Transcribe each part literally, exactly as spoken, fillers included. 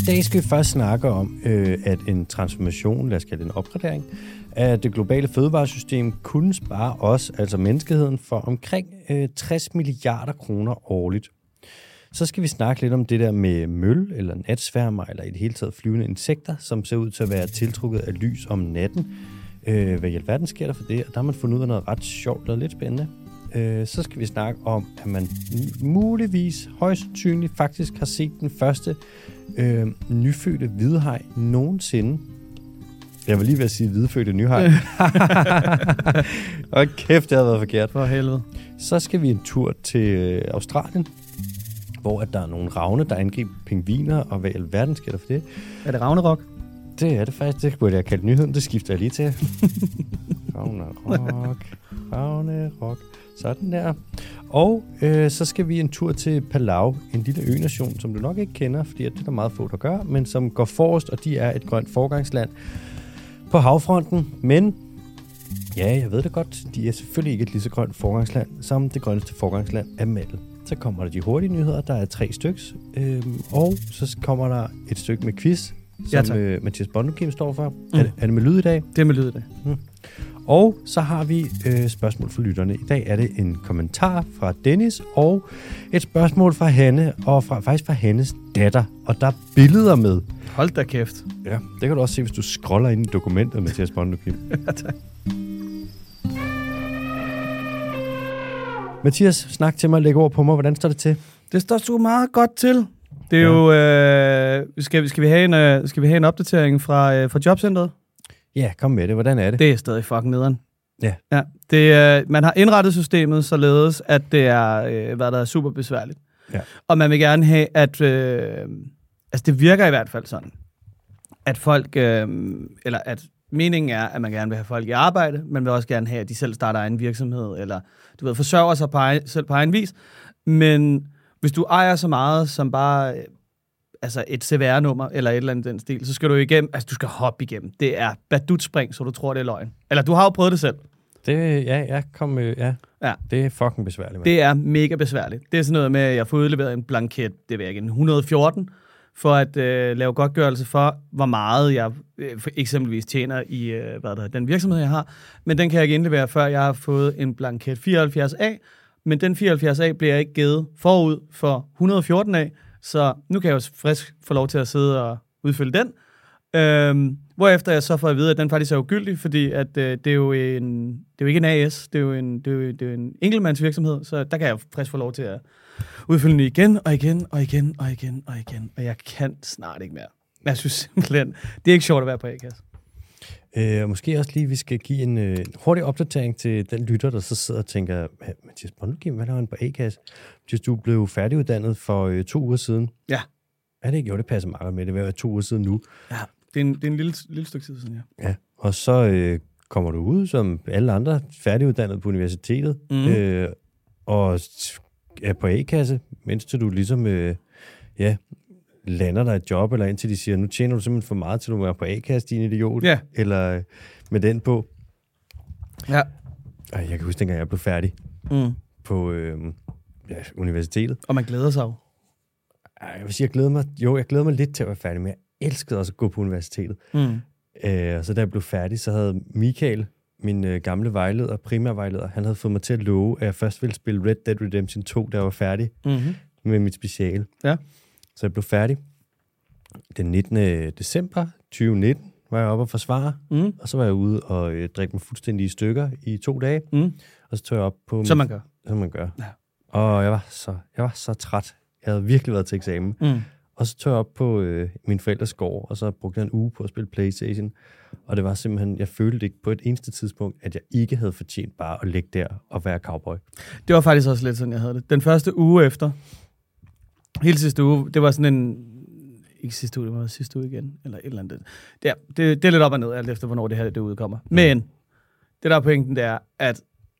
dag skal vi først snakke om, øh, at en transformation, lad os kalde det en opgradering, af det globale fødevaresystem kunne spare os, altså menneskeheden, for omkring øh, tres milliarder kroner årligt. Så skal vi snakke lidt om det der med møl, eller natsværmer, eller i det hele taget flyvende insekter, som ser ud til at være tiltrukket af lys om natten. Øh, hvad i alverden sker der for det? Og der har man fundet ud af noget ret sjovt og lidt spændende. Øh, så skal vi snakke om, at man muligvis, højst sandsynligt, faktisk har set den første øh, nyfødte hvidehaj nogensinde. Jeg var lige ved at sige hvidfødte nyhaj. Og kæft, det har været forkert. For helvede. Så skal vi en tur til Australien, hvor at der er nogle ravne, der angriber pingviner, og hvad i alverden sker der for det? Er det Ragnarok? Det er det faktisk. Det burde jeg kalde nyheden. Det skifter jeg lige til. Ragnarok. Ragnarok. Sådan der. Og øh, så skal vi en tur til Palau, en lille ø-nation, som du nok ikke kender, fordi det er der meget få, der gør, men som går forrest, og de er et grønt foregangsland på havfronten. Men, ja, jeg ved det godt, de er selvfølgelig ikke et lige så grønt foregangsland, som det grønneste foregangsland er Malta. Så kommer der de hurtige nyheder, der er tre styks, øh, og så kommer der et stykke med quiz, som ja, øh, Mathias Bondekim står for. Mm. Er, det, er det med lyd i dag? Det er med lyd i dag. Mm. Og så har vi øh, spørgsmål fra lytterne. I dag er det en kommentar fra Dennis, og et spørgsmål fra Hanne, og fra, faktisk fra Hannes datter. Og der er billeder med. Hold da kæft. Ja, det kan du også se, hvis du scroller ind i dokumentet, Mathias Bondekim. Ja, tak. Mathias, snak til mig, læg ord på mig. Hvordan står det til? Det står sgu meget godt til. Det er ja. jo... Øh, skal, skal, vi have en, øh, skal vi have en opdatering fra, øh, fra Jobcentret? Ja, kom med det. Hvordan er det? Det er stadig fucking nederen. Ja. ja det, øh, man har indrettet systemet således, at det er, øh, hvad der er super besværligt. Ja. Og man vil gerne have, at... Øh, altså, det virker i hvert fald sådan, at folk... Øh, eller at meningen er, at man gerne vil have folk i arbejde, man vil også gerne have, at de selv starter egen virksomhed, eller du ved, forsørger sig på egen, selv på egen vis. Men hvis du ejer så meget som bare... altså et C V R-nummer, eller et eller andet den stil, så skal du igennem, altså du skal hoppe igennem. Det er badutspring, så du tror, det er løgn. Eller du har jo prøvet det selv. Det, ja, jeg kom, ja. ja. Det er fucking besværligt. Man. Det er mega besværligt. Det er sådan noget med, at jeg får udleveret en blanket, det ved jeg ikke, en et hundrede og fjorten, for at øh, lave godtgørelse for, hvor meget jeg øh, eksempelvis tjener i øh, hvad der, den virksomhed, jeg har. Men den kan jeg ikke indlevere, før jeg har fået en blanket fireoghalvfjerds A. Men den fireoghalvfjerds A bliver jeg ikke givet forud for et hundrede og fjorten A. Så nu kan jeg jo frisk få lov til at sidde og udfylde den. Øhm, hvorefter jeg så får at vide, at den faktisk er ugyldig, fordi at, øh, det, er jo en, det er jo ikke en A S, det er jo en, det er jo, det er jo en enkeltmandsvirksomhed, så der kan jeg frisk få lov til at udfylde den igen og igen og igen og igen og igen, og jeg kan snart ikke mere. Jeg synes simpelthen, det er ikke sjovt at være på A-kasse. Øh, måske også lige, vi skal give en øh, hurtig opdatering til den lytter, der så sidder og tænker, Mathias Bondekim, hvad laver han på A-kasse? Hvis du blev færdiguddannet for øh, to uger siden. Ja. Er det ikke? Jo, det passer meget med. Det vil være to uger siden nu. Ja, det er en, det er en lille, lille stykke tid siden, ja. Ja, og så øh, kommer du ud som alle andre færdiguddannet på universitetet, mm. øh, og er på A-kasse, mens du ligesom, øh, ja... lander der et job, eller indtil de siger, nu tjener du simpelthen for meget, til du er på A-kasse, din idiot, ja. eller med den på. Ja. Ej, jeg kan huske, dengang jeg blev færdig mm. på øh, ja, universitetet. Og man glæder sig jo. Ej, jeg vil sige, jeg glæder mig, jo, jeg glæder mig lidt til at være færdig, men jeg elskede også at gå på universitetet. Mm. Øh, og så da jeg blev færdig, så havde Michael, min øh, gamle vejleder, primærvejleder, han havde fået mig til at love, at jeg først ville spille Red Dead Redemption to, da jeg var færdig mm-hmm. med mit speciale. Ja. Så jeg blev færdig. Den nittende december tyve nitten var jeg oppe og forsvare, mm. og så var jeg ude og øh, drikke mig fuldstændig i stykker i to dage, mm. og så tog jeg op på... Som man gør. Som man gør. Ja. Og jeg var, så, jeg var så træt. Jeg havde virkelig været til eksamen. Mm. Og så tog jeg op på øh, min forældres gård, og så brugte jeg en uge på at spille PlayStation. Og det var simpelthen, jeg følte ikke på et eneste tidspunkt, at jeg ikke havde fortjent bare at ligge der og være cowboy. Det var faktisk også lidt sådan, jeg havde det. Den første uge efter, hele sidste uge, det var sådan en... Ikke sidste uge, det var sidste uge igen, eller et eller andet. Det er, det, det er lidt op og ned, alt efter, hvornår det her det udkommer. Mm. Men det der er pointen, det er, at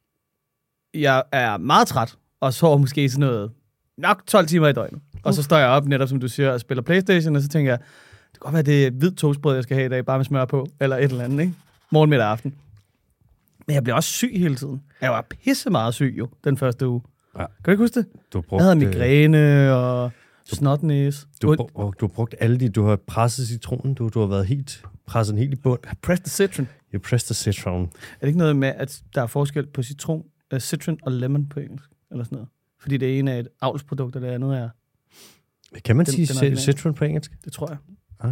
jeg er meget træt, og sover måske sådan noget, nok tolv timer i døgnet. Uh. Og så står jeg op, netop som du siger, og spiller PlayStation, og så tænker jeg, det kan godt være, det er hvid toastbrød, jeg skal have i dag, bare med smør på, eller et eller andet, ikke? Morgen, middag, aften. Men jeg bliver også syg hele tiden. Jeg var pisse meget syg jo, den første uge. Ja. Kan du ikke huske det? Du brugte... Jeg havde migræne, og Snotnæse. Du, du, du har brugt alle de... Du har presset citronen. Du, du har været helt... Presset den helt i bund. Press the citron. You press the citron. Er det ikke noget med, at der er forskel på citron, uh, citron og lemon på engelsk? Eller sådan noget? Fordi det ene er et avlsprodukt, og det andet er... Kan man den, sige den citron på engelsk? Det tror jeg. Ja,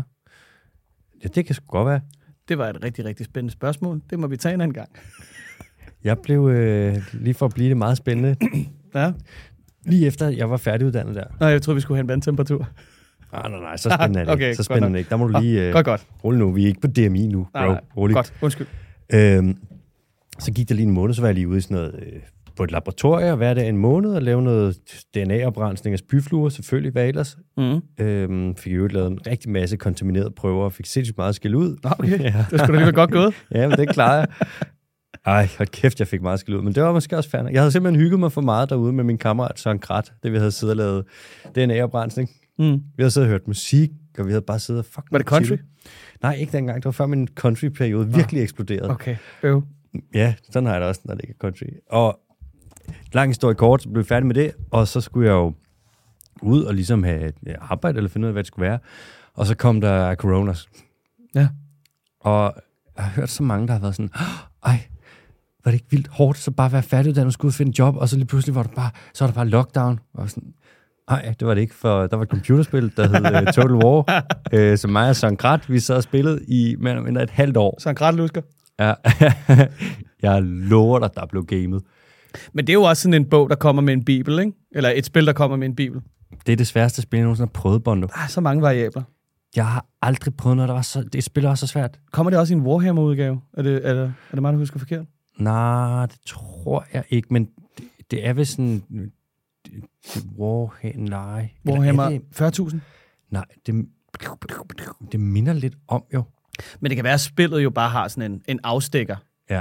ja det kan sgu godt være. Det var et rigtig, rigtig spændende spørgsmål. Det må vi tage en anden gang. Jeg blev, øh, lige for at blive det meget spændende, ja. lige efter jeg var færdiguddannet der. Nå, jeg tror vi skulle have en vandtemperatur. Nej, nej, nej, så spændende er det okay, ikke. Så spændende er det ikke. Der må du lige... Øh, godt, godt. Rolig nu, vi er ikke på D M I nu, bro. Nej, nej. Godt, undskyld. Øhm, så gik der lige en måned, så var jeg lige ude i sådan noget... Øh, på et laboratorium hver dag en måned og lave noget D N A-oprensning af spyfluer, selvfølgelig, hvad ellers. Mm. Øhm, fik jo lavet en rigtig masse kontaminerede prøver og fik sindssygt meget skæld ud. Okay, ja. Det skulle da lige godt gået. Ja, men det klarer jeg. Ej, hold kæft, jeg fik meget skæld ud. Men det var måske også færdigt. Jeg havde simpelthen hygget mig for meget derude med min kammerat Søren Krat, det vi havde siddet og lavet D N A-oprensning. Mm. Vi havde siddet og hørt musik, og vi havde bare siddet og fuck. Var det country? Chill. Nej, ikke dengang. Det var før min country-periode virkelig ah. eksploderede. Okay, øv. Ja, sådan har jeg det også, når det ikke er country. Og lang historie kort, så blev jeg færdig med det, og så skulle jeg jo ud og ligesom have et arbejde, eller finde ud af, hvad det skulle være. Og så kom der coronas. Ja. Og jeg har hørt så mange, der har været sådan, ej, var det ikke vildt hårdt, så bare være færdiguddannet og skulle ud og finde en job, og så lige pludselig var der bare, så var der bare lockdown. Og sådan, nej, det var det ikke, for der var et computerspil, der hed uh, Total War, uh, som mig og Søren Krat, vi så spillede i mere eller mindre et halvt år. Søren Krat, Lusker? Ja, jeg lover dig, der blev gamet. Men det er jo også sådan en bog, der kommer med en bibel, ikke? Eller et spil, der kommer med en bibel. Det er det sværeste spil, jeg nogensinde har prøvet, Bondo. Der er så mange variabler. Jeg har aldrig prøvet noget, der var så... Det spil er også så svært. Kommer det også i en Warhammer-udgave? Er det, er, det, er det mig, der husker forkert? Nej, det tror jeg ikke, men det, det er vist sådan... Warhammer... Nej. Warhammer fyrre tusind? Nej, det, det minder lidt om, jo. Men det kan være, at spillet jo bare har sådan en, en afstikker. Ja.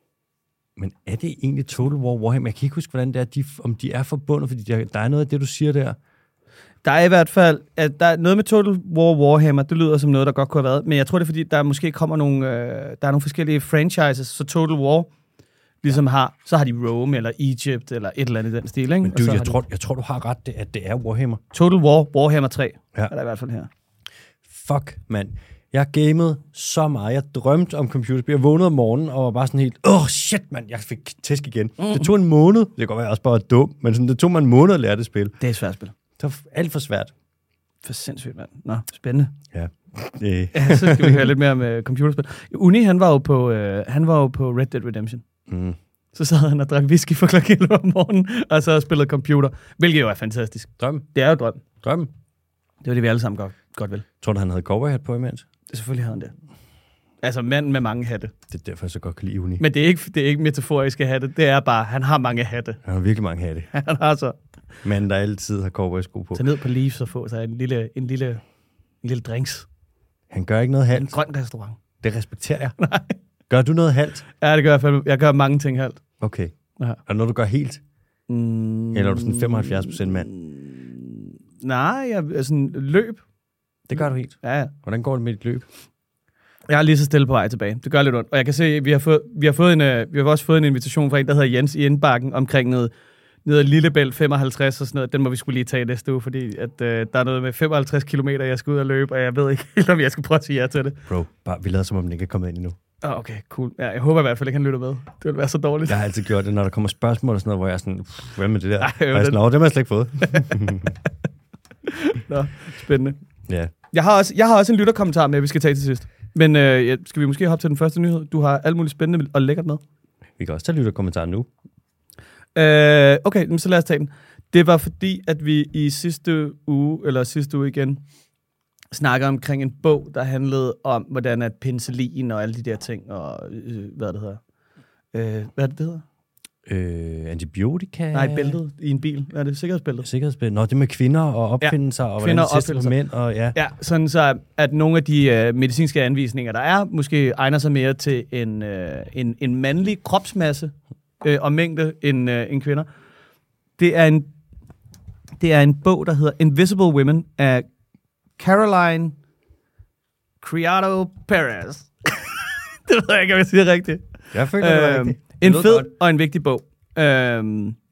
Men er det egentlig Total War Warhammer? Jeg kan ikke huske, hvordan det er, de, om de er forbundet, fordi der, der er noget af det, du siger der. Der er i hvert fald, at der er noget med Total War Warhammer, det lyder som noget, der godt kunne have været, men jeg tror, det er fordi, der måske kommer nogle, øh, der er nogle forskellige franchises, så Total War ligesom ja. har, så har de Rome eller Egypt eller et eller andet i den stil, ikke? Men du, jeg tror, de... jeg tror, du har ret, det, at det er Warhammer. Total War Warhammer tre, ja. er der i hvert fald her. Fuck, mand. Jeg gamede så meget. Jeg drømte om computerspil. Jeg vågnede om morgenen og var bare sådan helt, åh, oh, shit, mand, jeg fik tæsk igen. Mm. Det tog en måned. Det kan godt være, jeg også bare var dum, men sådan, det tog mig en måned at lære det spil. Det er et svært spil. Det var alt for svært. For sindssygt, mand. Nå, spændende. Ja. Det. Ja, så skal vi høre lidt mere om uh, computerspil. Uni, han var jo på, uh, han var jo på Red Dead Redemption. Mm. Så sad han og drak whisky for klokken elleve om morgenen, og så spillede computer, hvilket jo er fantastisk. Drøm. Det er jo drøm. Drøm. Det var det, vi alle sammen godt, godt vil. Tror du, han havde cowboyhat på imens? Selvfølgelig havde han det. Altså manden med mange hatte. Det er derfor, jeg så godt kan lide Uni. Men det er ikke, det er ikke metaforiske hatte. Det er bare, han har mange hatte. Han har virkelig mange hatte. Han har så. Manden, der altid har cowboysko på. Tag ned på Leafs og få sig en lille, en lille, en lille drinks. Han gør ikke noget halvt. En grøn restaurant. Det respekterer jeg. Nej. Gør du noget halvt? Ja, det gør jeg fandme. Jeg gør mange ting halvt. Okay. Ja. Er det noget, du gør helt? Mm, Eller er du sådan femoghalvfjerds procent mand? Nej, jeg er sådan løb. Det gør du helt? Ja, ja. Hvordan går det med dit løb? Jeg er lige så stille på vej tilbage. Det gør lidt ondt. Og jeg kan se, at vi har, fået, vi har, fået en, uh, vi har også fået en invitation fra en, der hedder Jens i Indbakken, omkring noget, noget Lillebælt femoghalvtreds og sådan noget. Den må vi skulle lige tage næste uge, fordi at, uh, der er noget med femoghalvtreds kilometer, jeg skal ud og løbe, og jeg ved ikke helt, om jeg skal prøve at sige ja til det. Bro, bare, vi lader som om den ikke er kommet ind endnu. Oh, okay, cool. Ja, jeg håber i hvert fald ikke, han lytter med. Det vil være så dårligt. Jeg har altid gjort det, når der kommer spørgsmål og sådan noget, hvor jeg er sådan, hvad med det der? Ej, og jeg er sådan, det har jeg slet ikke fået. Nå, spændende. Ja. Jeg har også, jeg har også en lytterkommentar med, vi skal tage til sidst. Men øh, skal vi måske hoppe til den første nyhed? Du har alt muligt spændende og lækkert med. Vi kan også tage lytterkommentar nu. Øh, okay, så lad os tage den. Det var fordi, at vi i sidste uge, eller sidste uge igen, snakker omkring en bog, der handlede om, hvordan at penicillin og alle de der ting, og øh, hvad det hedder. Øh, hvad er det, det hedder? Øh, antibiotika? Nej, bæltet i en bil. Hvad er det? Sikkerhedsbæltet? Sikkerhedsbæltet. Nå, det med kvinder og opfindelser, ja, og hvordan det tester på mænd. Og, ja. ja, sådan så, at nogle af de øh, medicinske anvisninger, der er, måske egner sig mere til en, øh, en, en mandlig kropsmasse øh, og mængde end, øh, end kvinder. Det er, en, det er en bog, der hedder Invisible Women af Caroline Criado Perez. Det ved jeg ikke, om jeg siger rigtigt. Jeg føler, det var øhm, rigtigt. En fed godt. Og en vigtig bog. Øhm,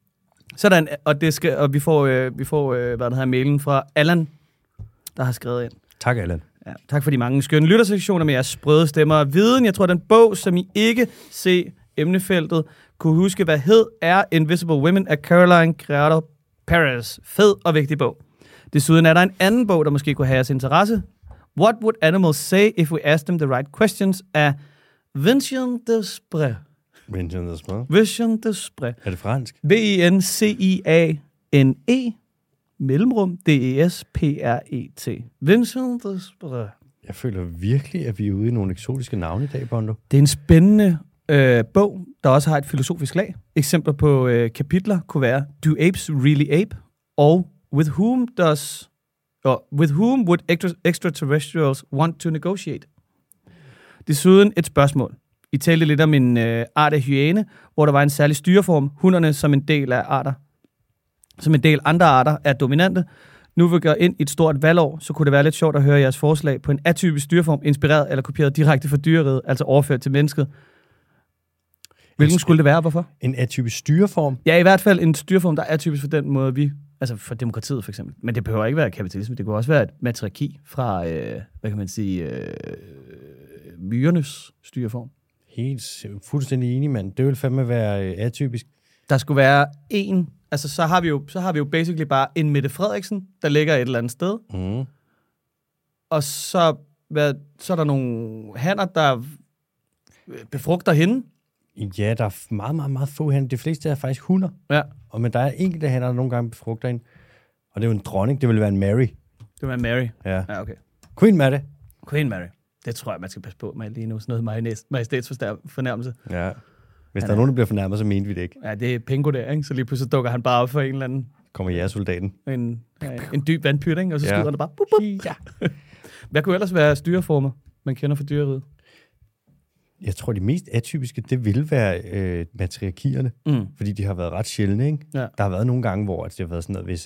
Sådan, og, det skal, og vi får, øh, vi får øh, hvad der hedder, mailen fra Allan, der har skrevet ind. Tak, Allan. Ja, tak for de mange skønne lyttersektioner med jeres sprøde stemmer og viden. Jeg tror, den bog, som I ikke se emnefeltet, kunne huske, hvad hed, er Invisible Women af Caroline Criado Perez. Fed og vigtig bog. Desuden er der en anden bog, der måske kunne have jeres interesse. What would animals say if we asked them the right questions af Vincent Desprez. Vincent Desprez. Vincent Desprez. Er det fransk? V I N C I A N E mellemrum D E S P R E T. Vincent Desprez. Jeg føler virkelig, at vi er ude i nogle eksotiske navne i dag, Bondo. Det er en spændende øh, bog, der også har et filosofisk lag. Eksempler på øh, kapitler kunne være Do apes really ape? Og With whom does or with whom would extra, extraterrestrials want to negotiate? Desuden et spørgsmål. I talte lidt om en øh, art af hyæne, hvor der var en særlig styreform. Hunderne som en del af arter, som en del andre arter er dominante. Nu vil vi gå ind i et stort valgår, så kunne det være lidt sjovt at høre jeres forslag på en atypisk styreform, inspireret eller kopieret direkte fra dyreriget, altså overført til mennesket. Hvilken skulle det være, hvorfor? En atypisk styreform? Ja, i hvert fald en styreform, der er atypisk for den måde, vi... Altså for demokratiet for eksempel. Men det behøver ikke være kapitalisme. Det kunne også være et matriarki fra, øh, hvad kan man sige, øh, myrernes styreform. Helt fuldstændig enig, mand. Det vil fandme være øh, atypisk. Der skulle være en... Altså så har vi jo, så har vi jo basically bare en Mette Frederiksen, der ligger et eller andet sted. Mm. Og så, hvad, så er der nogle hanner, der befrugter hende. Ja, der er meget, meget, meget få hanner. De fleste er faktisk hunder. Ja. Og men der er enkelte hanner, der nogle gange befrugter hende. Og det er jo en dronning. Det vil være en Mary. Det var Mary. Ja. Ja, okay. Queen Mary. Queen Mary. Det tror jeg, man skal passe på med lige nu. Sådan noget majestætsfornærmelse. Ja. Hvis Han der er er- nogen, der bliver fornærmet, så mente vi det ikke. Ja, det er Pingo der, ikke? Så lige pludselig dukker han bare op for en eller anden Kommer jægersoldaten. en, ja, en dyb vandpyt, ikke? Og så Ja. skyder han bare. Bup, bup. Ja. Hvad kunne ellers være styreformer, man kender fra dyreriget? Jeg tror, de mest atypiske, det vil være øh, matriarkierne. Mm. Fordi de har været ret sjældne, ikke? Ja. Der har været nogle gange, hvor det har været sådan noget, hvis...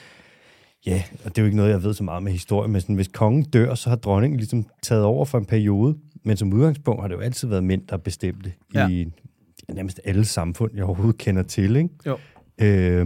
Ja, og det er jo ikke noget, jeg ved så meget med historie, men sådan, hvis kongen dør, så har dronningen ligesom taget over for en periode. Men som udgangspunkt har det jo altid været mænd, der bestemte Ja. i nærmest alle samfund, jeg overhovedet kender til, ikke? Jo. Øh,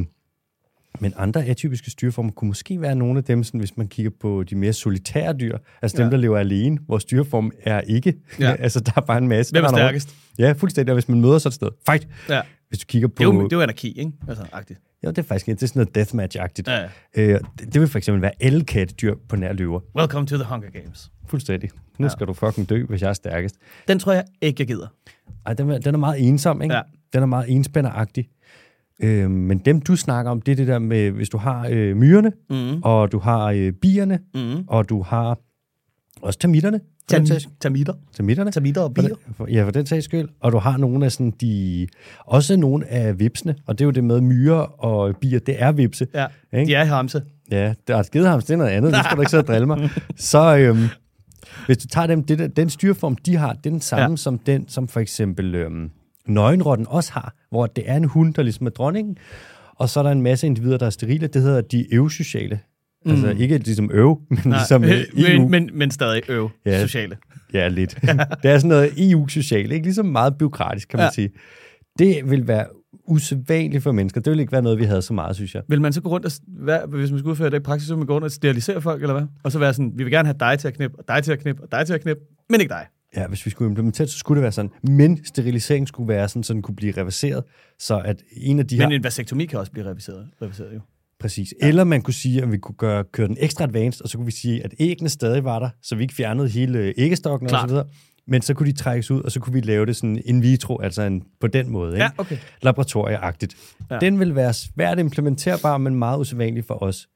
men andre atypiske styreformer kunne måske være nogle af dem, sådan, hvis man kigger på de mere solitære dyr, altså dem, Ja. der lever alene, hvor styreform er ikke. Ja. altså, der er bare en masse. Hvem er der render stærkest? rundt. Ja, fuldstændig. Og hvis man møder sådan et sted. Fight! Ja. Hvis du kigger på... Det er jo, det er jo anarki, ikke? Altså, agtigt. Jo, det er faktisk det er sådan noget deathmatch-agtigt. Ja, Øh, det, det vil for eksempel være alle kattedyr på nær løver. Welcome to the Hunger Games. Fuldstændig. Nu Ja. skal du fucking dø, hvis jeg er stærkest. Den tror jeg ikke, jeg gider. Ej, den er, den er meget ensom, ikke? Ja. Den er meget enspænderagtig. Øh, men dem, du snakker om, det er det der med, hvis du har øh, myrerne, Mm. og du har øh, bierne, Mm. og du har også termitterne. for den sags- Tamitter. Termitterne. Tamitter og For bier. den- for- Ja, for den sags skyld. Og du har nogle af sådan de... Også nogle af vipsene, og det er jo det med myrer og bier, det er vipse. Ja, Ikke? de er i hamse. Ja, der er skidehams, det er noget andet. Det skal du ikke sidde og drille mig. Så øhm, hvis du tager dem, det der, den styreform, de har, det er den samme Ja. som den, som for eksempel øhm, nøgenrotten også har, hvor det er en hund, der ligesom er dronningen, og så er der en masse individer, der er sterile. Det hedder de eusociale. Mm. Altså ikke ligesom øv, men Nej, ligesom øh, E U. men, men, men stadig øv. Ja. Sociale. Ja, lidt. Det er sådan noget E U-socialt, ikke? Ligesom meget bureaukratisk, kan man Ja. sige. Det vil være usædvanligt for mennesker. Det vil ikke være noget, vi havde så meget, synes jeg. Vil man så gå rundt og, hvad, hvis man skulle udføre det i praksis, så vil man gå rundt og sterilisere folk, eller hvad? Og så være sådan, vi vil gerne have dig til at knippe, og dig til at knippe, og dig til at knippe, men ikke dig. Ja, hvis vi skulle implementere det, så skulle det være sådan. Men sterilisering skulle være sådan, så den kunne blive reverseret, så at en af de Men her... en vasektomi kan også blive reviseret, reviseret jo. Præcis. Ja. Eller man kunne sige, at vi kunne gøre, køre den ekstra advanced, og så kunne vi sige, at æggene stadig var der, så vi ikke fjernede hele æggestokken og Klart. så videre. Men så kunne de trækkes ud, og så kunne vi lave det sådan in vitro, altså en, på den måde, ikke? Ja, okay. Laboratorieagtigt. Ja. Ja. Den vil være svært implementerbar, men meget usædvanlig for os.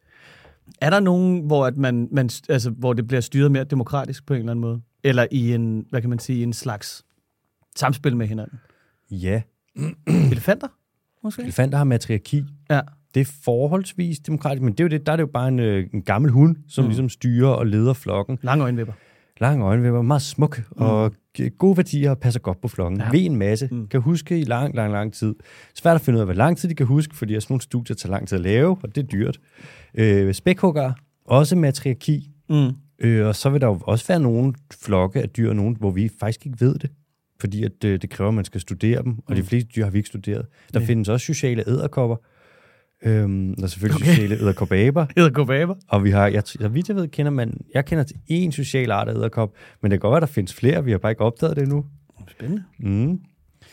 Er der nogen, hvor, at man, man, altså, hvor det bliver styret mere demokratisk på en eller anden måde? Eller i en, hvad kan man sige, en slags samspil med hinanden? Ja. Elefanter, måske? Elefanter har matriarki. Ja. Det er forholdsvis demokratisk, men det er jo det, der er det jo bare en, øh, en gammel hund, som mm. ligesom styrer og leder flokken. Lange øjenvipper. Lange øjenvipper, meget smuk mm. og g- gode værdier og passer godt på flokken. Ja. Ja. Ved en masse, Mm. mm. kan huske i lang, lang, lang tid. Svært at finde ud af, hvor lang tid de kan huske, fordi sådan nogle studier tager lang tid at lave, og det er dyrt. Øh, spækhugger, også matriarki. Mm. Øh, og så vil der jo også være nogle flokke af dyr, nogen, hvor vi faktisk ikke ved det. Fordi at, øh, det kræver, at man skal studere dem, og Mm. de fleste dyr har vi ikke studeret. Der Ja. findes også sociale edderkopper, Øhm, og selvfølgelig Okay. sociale edderkopaber. Edderkopaber. Og vi har, jeg, så vidt jeg ved, kender man, jeg kender til én social art af edderkop, men det kan godt være, at der findes flere, vi har bare ikke opdaget det endnu. Spændende. Mm.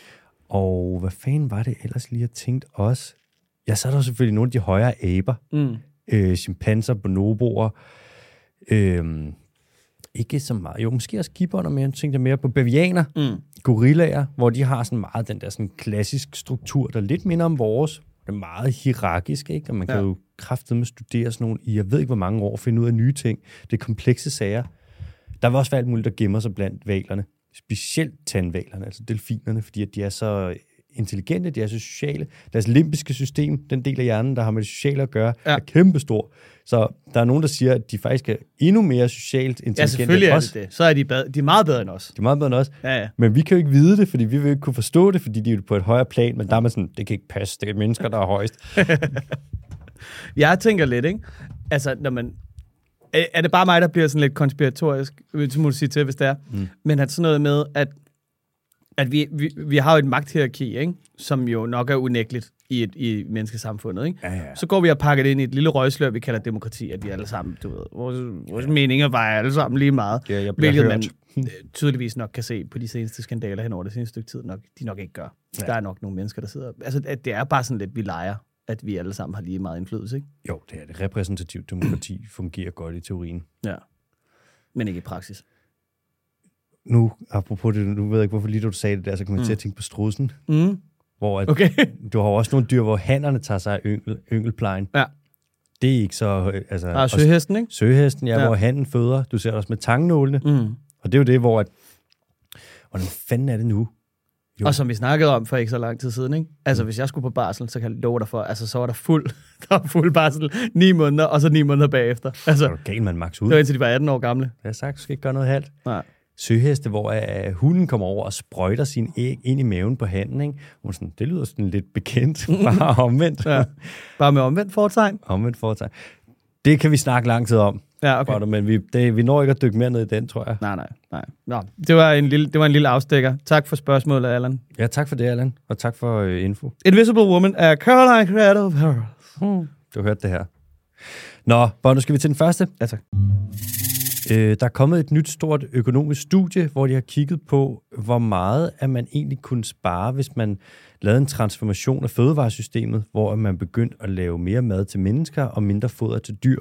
Og hvad fanden var det ellers lige, jeg tænkte også? Ja, så er der selvfølgelig nogle af de højere aber. Mm. Øh, chimpanser, bonoboer. Øh, ikke så meget. Jo, måske også gibbonder, men jeg tænkte mere på bavianer. Mm. Gorillaer, hvor de har sådan meget den der sådan klassisk struktur, der lidt minder om vores. Det er meget hierarkisk, ikke? Og man kan Ja. jo kraftedeme studere sådan nogle i, jeg ved ikke hvor mange år, finde ud af nye ting. Det er komplekse sager. Der vil også være alt muligt, der gemmer sig blandt hvalerne. Specielt tandhvalerne, altså delfinerne, fordi at de er så intelligente, de er så sociale. Deres limbiske system, den del af hjernen, der har med det sociale at gøre, Ja. er kæmpestor. Så der er nogen, der siger, at de faktisk er endnu mere socialt intelligente. Ja, selvfølgelig er også. det det. Så er de, bad- de er meget bedre end os. De er meget bedre end os. Ja, ja. Men vi kan jo ikke vide det, fordi vi vil ikke kunne forstå det, fordi de er på et højere plan, men der er man sådan, det kan ikke passe, det er mennesker, der er højst. Jeg tænker lidt, ikke? Altså, når man... Er, er det bare mig, der bliver sådan lidt konspiratorisk, så må du sige til, hvis det er. Mm. Men at sådan noget med, at, at vi, vi, vi har jo et magthierarki, ikke? Som jo nok er unægteligt i, et, i menneskesamfundet, ikke? Ja, ja. Så går vi og pakker det ind i et lille røgslør, vi kalder demokrati, at vi alle sammen, du ved, vores, vores ja. meninger vejer alle sammen lige meget. Ja, jeg bliver hvilket hørt. man øh, tydeligvis nok kan se på de seneste skandaler hen over det seneste stykke tid, nok, de nok ikke gør. Ja. Der er nok nogle mennesker, der sidder... Altså, at det er bare sådan lidt, vi leger, at vi alle sammen har lige meget indflydelse, ikke? Jo, det er det. Repræsentativt demokrati fungerer godt i teorien. Ja. Men ikke i praksis. Nu, apropos det, nu ved jeg ikke, hvorfor lige du sagde det der, så kommer jeg Mm. til at tænke på strudsen, Mm. hvor at, Okay. du har jo også nogle dyr, hvor hannerne tager sig af yngel, yngelplejen. Ja. Det er ikke så... øh, Altså, Og søhesten, ikke? Søhesten, ja, Ja. hvor hannen føder. Du ser det også med tangnålene. Mm. Og det er jo det, hvor... At, hvordan fanden er det nu? Jo. Og som vi snakkede om for ikke så lang tid siden, ikke? Altså, hvis jeg skulle på barsel, så kan jeg love dig for, altså, så var der fuld, der var fuld barsel ni måneder, og så ni måneder bagefter. Altså, Så er du gal, man max ud. det var indtil de var atten år gamle. Jeg har sagt, du skal ikke gøre noget halvt. Nej. Søheste, hvor uh, hunden kommer over og sprøjter sin æg ind i maven på hannen, ikke? Hvor sådan, det lyder sådan lidt bekendt, bare omvendt. Ja. Bare med omvendt fortegn. Omvendt foretegn. Det kan vi snakke lang tid om, Ja, okay. okay. Men vi, det, vi når ikke at dykke mere ned i den, tror jeg. Nej, nej, nej. Nå, det var en lille, det var en lille afstikker. Tak for spørgsmålet, Allan. Ja, tak for det, Allan. Og tak for uh, info. Invisible Woman af Caroline Creative Harris. Hmm. Du hørte det her. Nå, Bon, nu skal vi til den første. Ja, tak. Øh, der er kommet et nyt stort økonomisk studie, hvor de har kigget på, hvor meget at man egentlig kunne spare, hvis man lavede en transformation af fødevaresystemet, hvor man begyndte at lave mere mad til mennesker og mindre foder til dyr.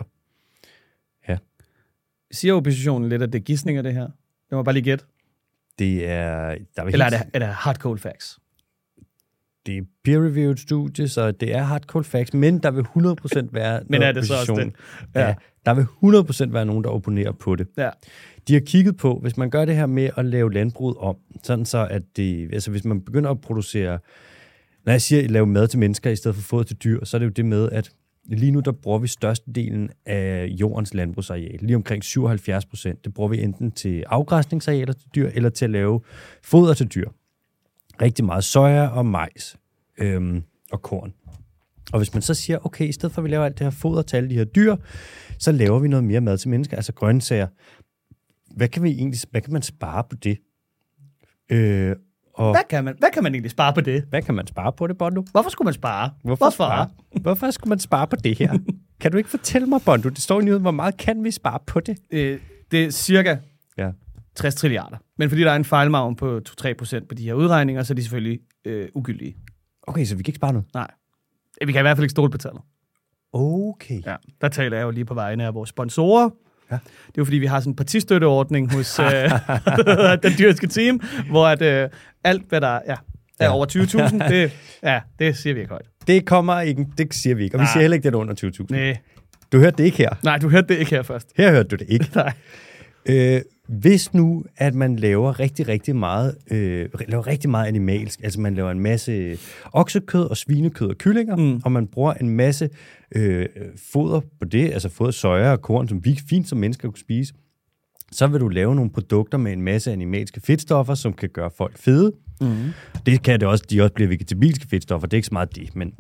Ja. Siger oppositionen lidt, at det er gidsninger, det her? Det må bare lige gætte. Det er... Der er Eller er helt, det, er det hard cold facts? det er peer-reviewed studie, så det er hardcore facts, men der vil hundrede procent være Men noget er det så også opposition. det? Ja. Ja. ja, der vil hundrede procent være nogen, der opponerer på det. Ja. De har kigget på, hvis man gør det her med at lave landbruget om, sådan så at det, altså hvis man begynder at producere, når jeg siger at lave mad til mennesker i stedet for foder til dyr, så er det jo det med, at lige nu der bruger vi størstedelen af jordens landbrugsareal, lige omkring syvoghalvfjerds procent. Det bruger vi enten til afgræsningsarealer til dyr, eller til at lave foder til dyr. Rigtig meget soja og majs øhm, og korn. Og hvis man så siger, okay, i stedet for at vi laver alt det her foder til alle de her dyr, så laver vi noget mere mad til mennesker, altså grøntsager. Hvad kan vi egentlig, hvad kan man spare på det? Øh, og Hvad kan, man, hvad kan man egentlig spare på det? hvad kan man spare på det, Bondo? Hvorfor skulle man spare? Hvorfor, spare? Hvorfor skulle man spare på det her? Kan du ikke fortælle mig, Bondo? Det står i nyheden, hvor meget kan vi spare på det? Øh, det er cirka Ja. tres trilliarder. Men fordi der er en fejlmargen på to til tre procent på de her udregninger, så er de selvfølgelig øh, ugyldige. Okay, så vi kan ikke spare noget? Nej. Vi kan i hvert fald ikke stole på tallet. Okay. Ja. Der taler jeg jo lige på vegne af vores sponsorer. Ja. Det er jo fordi, vi har sådan en partistøtteordning hos øh, den dyrske team, hvor at, øh, alt, hvad der ja, er Ja. over tyve tusind, det, ja, det siger vi ikke højt. Det kommer ikke, det siger vi ikke. Og vi Nej. siger heller ikke, det er under tyve tusind. Nej. Du hørte det ikke her. Nej, du hørte det ikke her først. Her hørte du det ikke. Nej. Øh, hvis nu, at man laver rigtig, rigtig meget, øh, laver rigtig meget animalsk, altså man laver en masse oksekød og svinekød og kyllinger, Mm. og man bruger en masse øh, foder på det, altså foder soja og korn, som vi fint som mennesker kunne spise, så vil du lave nogle produkter med en masse animalske fedtstoffer, som kan gøre folk fede. Mm. Det kan det også, de også bliver vegetabilske fedtstoffer, det er ikke så meget det, men...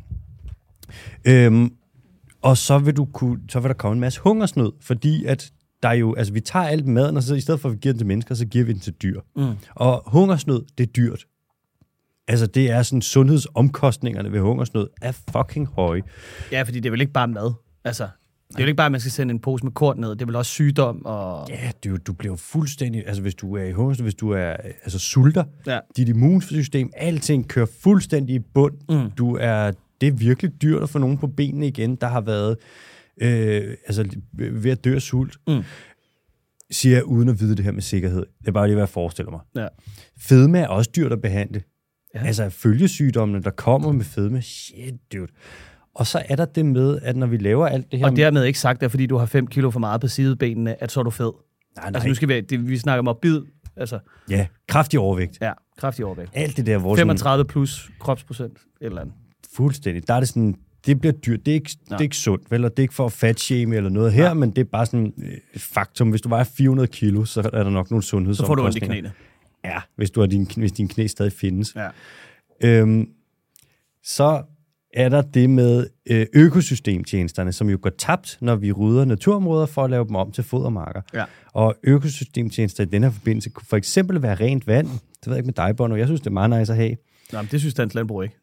Øhm, og så vil, du kunne, så vil der komme en masse hungersnød, fordi at der er jo, altså vi tager alt maden, og så i stedet for at vi giver den til mennesker, så giver vi den til dyr. Mm. Og hungersnød, det er dyrt. Altså, det er sådan, sundhedsomkostningerne ved hungersnød er fucking høje. Ja, fordi det er vel ikke bare mad. Altså, det er jo ikke bare, at man skal sende en pose med korn ned. Det er vel også sygdom og... Ja, du, du bliver fuldstændig... Altså, hvis du er i hungersnød, hvis du er altså, sulter, ja. dit immunsystem, alting kører fuldstændig i bund. Mm. Du er... Det er virkelig dyrt at få nogen på benene igen, der har været øh, altså, ved at dø af sult. Mm. Siger jeg uden at vide det her med sikkerhed. Det er bare lige, hvad jeg forestiller mig. Ja. Fedme er også dyrt at behandle. Ja. Altså følgesygdommene, der kommer med fedme. Shit, dude. Og så er der det med, at når vi laver alt det her... Og dermed ikke sagt, at fordi du har fem kilo for meget på sidebenene, at så er du fed. Nej, nej. Altså nu skal vi... Det, vi snakker om morbid... Altså, ja, kraftig overvægt. Ja, kraftig overvægt. Alt det der... Hvor femogtredive sådan, plus kropsprocent, et eller andet. Fuldstændig. Der er det sådan... Det bliver dyrt. Det er ikke, det er ikke sundt, vel? Og det er ikke for at fatshame eller noget her, ja. Men det er bare sådan et faktum. Hvis du vejer fire hundrede kilo, så er der nok nogle sundhedsomkostninger. Så får du ondt i knæene. Ja, hvis, du har din, hvis din knæ stadig findes. Ja. Øhm, så er der det med øh, økosystemtjenesterne, som jo går tabt, når vi rydder naturområder for at lave dem om til fodermarker. Ja. Og økosystemtjenester i den her forbindelse kunne for eksempel være rent vand. Det ved jeg ikke med dig, Bono. Jeg synes, det er meget nice at have. Nå, men det synes Dansk Landbrug ikke.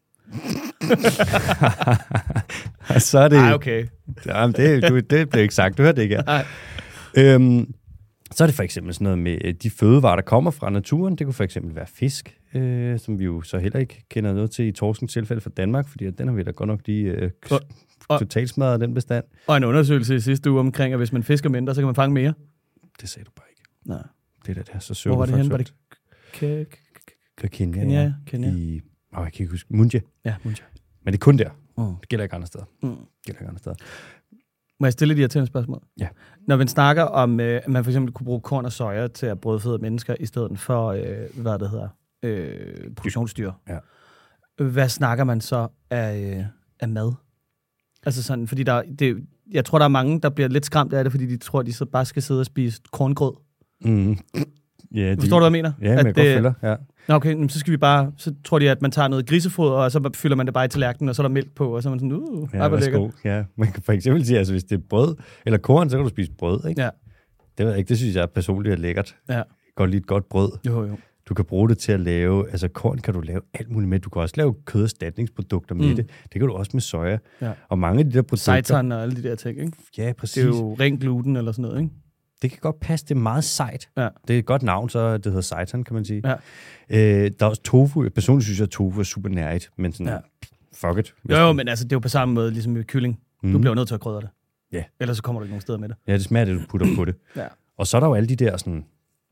Så er det... Ej, okay. Jamen, det, du, det blev ikke sagt. Du hørte det ikke. Ja. Øhm, så er det for eksempel sådan noget med de fødevarer, der kommer fra naturen. Det kunne for eksempel være fisk, øh, som vi jo så heller ikke kender noget til i torskens tilfælde for Danmark, fordi den har vi da godt nok lige øh, totalt smadret den bestand. Og en undersøgelse i sidste uge omkring, at hvis man fisker mindre, så kan man fange mere. Det sagde du bare ikke. Nej. Det er da det her så søvn. Hvor var det hen? Var det K- Kenya? Kenya, Kenya. I, åh, jeg kan ikke huske. Munja. Ja, Munja. Men det er kun der. Mm. Det gælder ikke andre steder. Mm. Det gælder ikke andre steder. Må jeg stille et irriterende spørgsmål? Ja. Når man snakker om, øh, at man for eksempel kunne bruge korn og soja til at brødføde mennesker, i stedet for, øh, hvad det hedder, øh, produktionsdyr. Ja. Hvad snakker man så af, øh, af mad? Altså sådan, fordi der, det, jeg tror, der er mange, der bliver lidt skræmt af det, fordi de tror, de så bare skal sidde og spise korngrød. Mm. Yeah, Forstår du, hvad jeg mener? Ja, men jeg godt følger, ja. Okay, så skal vi bare, så tror de, at man tager noget grisefoder, og så fylder man det bare i tallerkenen, og så er der mælk på, og så er man sådan, uh, ja, hvor lækkert. Ja, man kan for eksempel sige, altså hvis det er brød, eller korn, så kan du spise brød, ikke? Ja. Det ved jeg ikke, det synes jeg personligt er lækkert. Ja. Jeg kan godt lide et godt brød. Jo, jo. Du kan bruge det til at lave, altså korn kan du lave alt muligt med. Du kan også lave køderstatningsprodukter med mm. det. Det kan du også med soja. Ja. Og mange af de der produkter... Seitan og alle de der ting, ikke? Ja, præcis. Det er jo ren gluten eller sådan noget, ikke? Det kan godt passe, det er meget sejt. Ja. Det er et godt navn, så det hedder seitan, kan man sige. Ja. Øh, der er også tofu. Personligt synes jeg, at tofu er super nærigt, men sådan, ja. fuck it. Jo, jo, men altså, det er jo på samme måde, ligesom med kylling. Mm. Du bliver nødt til at krydre det. Ja. Yeah. Ellers så kommer du ikke nogen steder med det. Ja, det smager det, du putter på det. Ja. Og så er der jo alle de der sådan...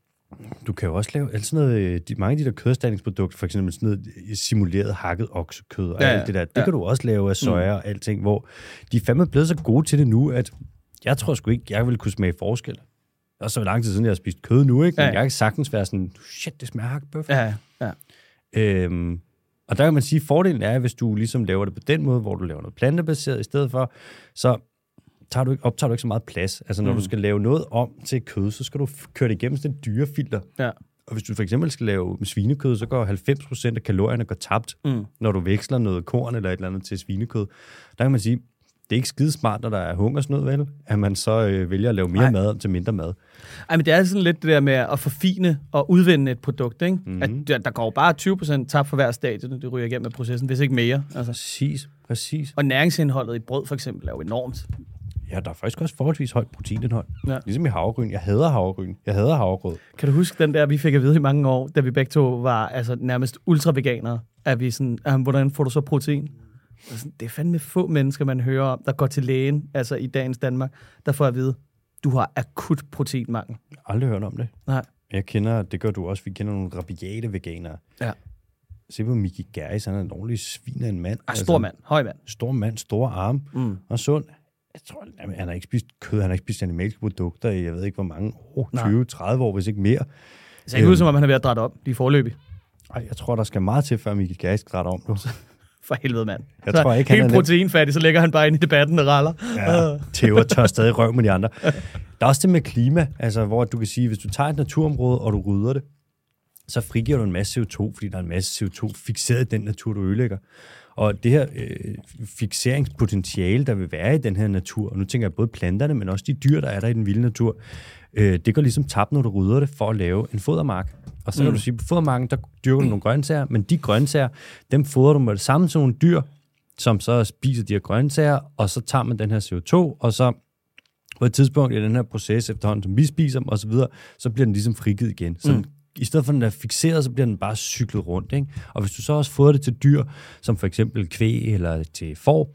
Du kan jo også lave alt sådan noget, de, mange af de der kødstandingsprodukter, for eksempel sådan noget simuleret hakket oksekød og ja, alt det der, det ja. kan du også lave af soja mm. og alting, hvor de er fandme blevet så gode til det nu, at jeg tror sgu ikke, jeg ville kunne smage forskel. Det er så lang tid siden, jeg har spist kød nu, ikke? Men ja. jeg kan sagtens være sådan, shit, det smager hakbøf. Ja, ja. Øhm, og der kan man sige, at fordelen er, hvis du ligesom laver det på den måde, hvor du laver noget plantebaseret i stedet for, så tager du ikke, optager du ikke så meget plads. Altså, når mm. du skal lave noget om til kød, så skal du køre det igennem sådan en dyrefilter. Ja. Og hvis du for eksempel skal lave med svinekød, så går halvfems procent af kalorierne går tabt, mm. når du veksler noget korn eller et eller andet til svinekød. Der kan man sige, det er ikke skide smart, når der er hungersnød, vel? At man så øh, vælger at lave mere Ej. mad om til mindre mad. Ej, men det er sådan lidt det der med at forfine og udvinde et produkt, ikke? Mm-hmm. At der, der går bare tyve procent tabt for hver stadie, når det ryger igennem af processen, hvis ikke mere. Altså. Præcis, præcis. Og næringsindholdet i brød, for eksempel, er jo enormt. Ja, der er faktisk også forholdsvis højt proteinindhold. Ja. Ligesom i havregryn. Jeg hader havregryn. Jeg hader havregrød. Kan du huske den der, vi fik at vide i mange år, da vi begge to var altså, nærmest ultra-veganere, at vi sådan, ah, hvordan får du så protein? Sådan, det er fandme få mennesker, man hører om, der går til lægen, altså i dagens Danmark, der får at vide, du har akut proteinmangel. Jeg har aldrig hørt om det. Nej. Jeg kender, det gør du også, vi kender nogle rabiate veganere. Ja. Se på Mickey Geis, han er en ordentlig svin af en mand. Ah, stor mand, høj mand. Stor mand, store arme mm. og sund. Jeg tror, han har ikke spist kød, han har ikke spist animalske produkter i, jeg ved ikke hvor mange år, tyve tredive år, hvis ikke mere. Det ser ikke ud, som om han er ved at drætte op, lige forløbig. Nej, jeg tror, der skal meget til, før Mickey Geis drætter om nu. For helvede, mand. Jeg så tror ikke, han helt proteinfattig, så lægger han bare ind i debatten og raller. Ja, Theo tør stadig røv med de andre. Der er også det med klima, altså, hvor du kan sige, hvis du tager et naturområde, og du rydder det, så frigiver du en masse C O to, fordi der er en masse C O to fikseret i den natur, du ødelægger. Og det her øh, fixeringspotentiale, der vil være i den her natur, og nu tænker jeg både planterne, men også de dyr, der er der i den vilde natur, Øh, det går ligesom tabt, når du rydder det, for at lave en fodermark. Og så kan mm. du sige, på fodermarken, der dyrker du nogle grøntsager, men de grøntsager, dem fodrer du med det samme som nogle dyr, som så spiser de her grøntsager, og så tager man den her C O to, og så på et tidspunkt i den her proces, efterhånden som vi spiser dem osv., så, så bliver den ligesom frigivet igen. Så mm. i stedet for, at den er fikseret, så bliver den bare cyklet rundt. Ikke? Og hvis du så også fodrer det til dyr, som for eksempel kvæg eller til får,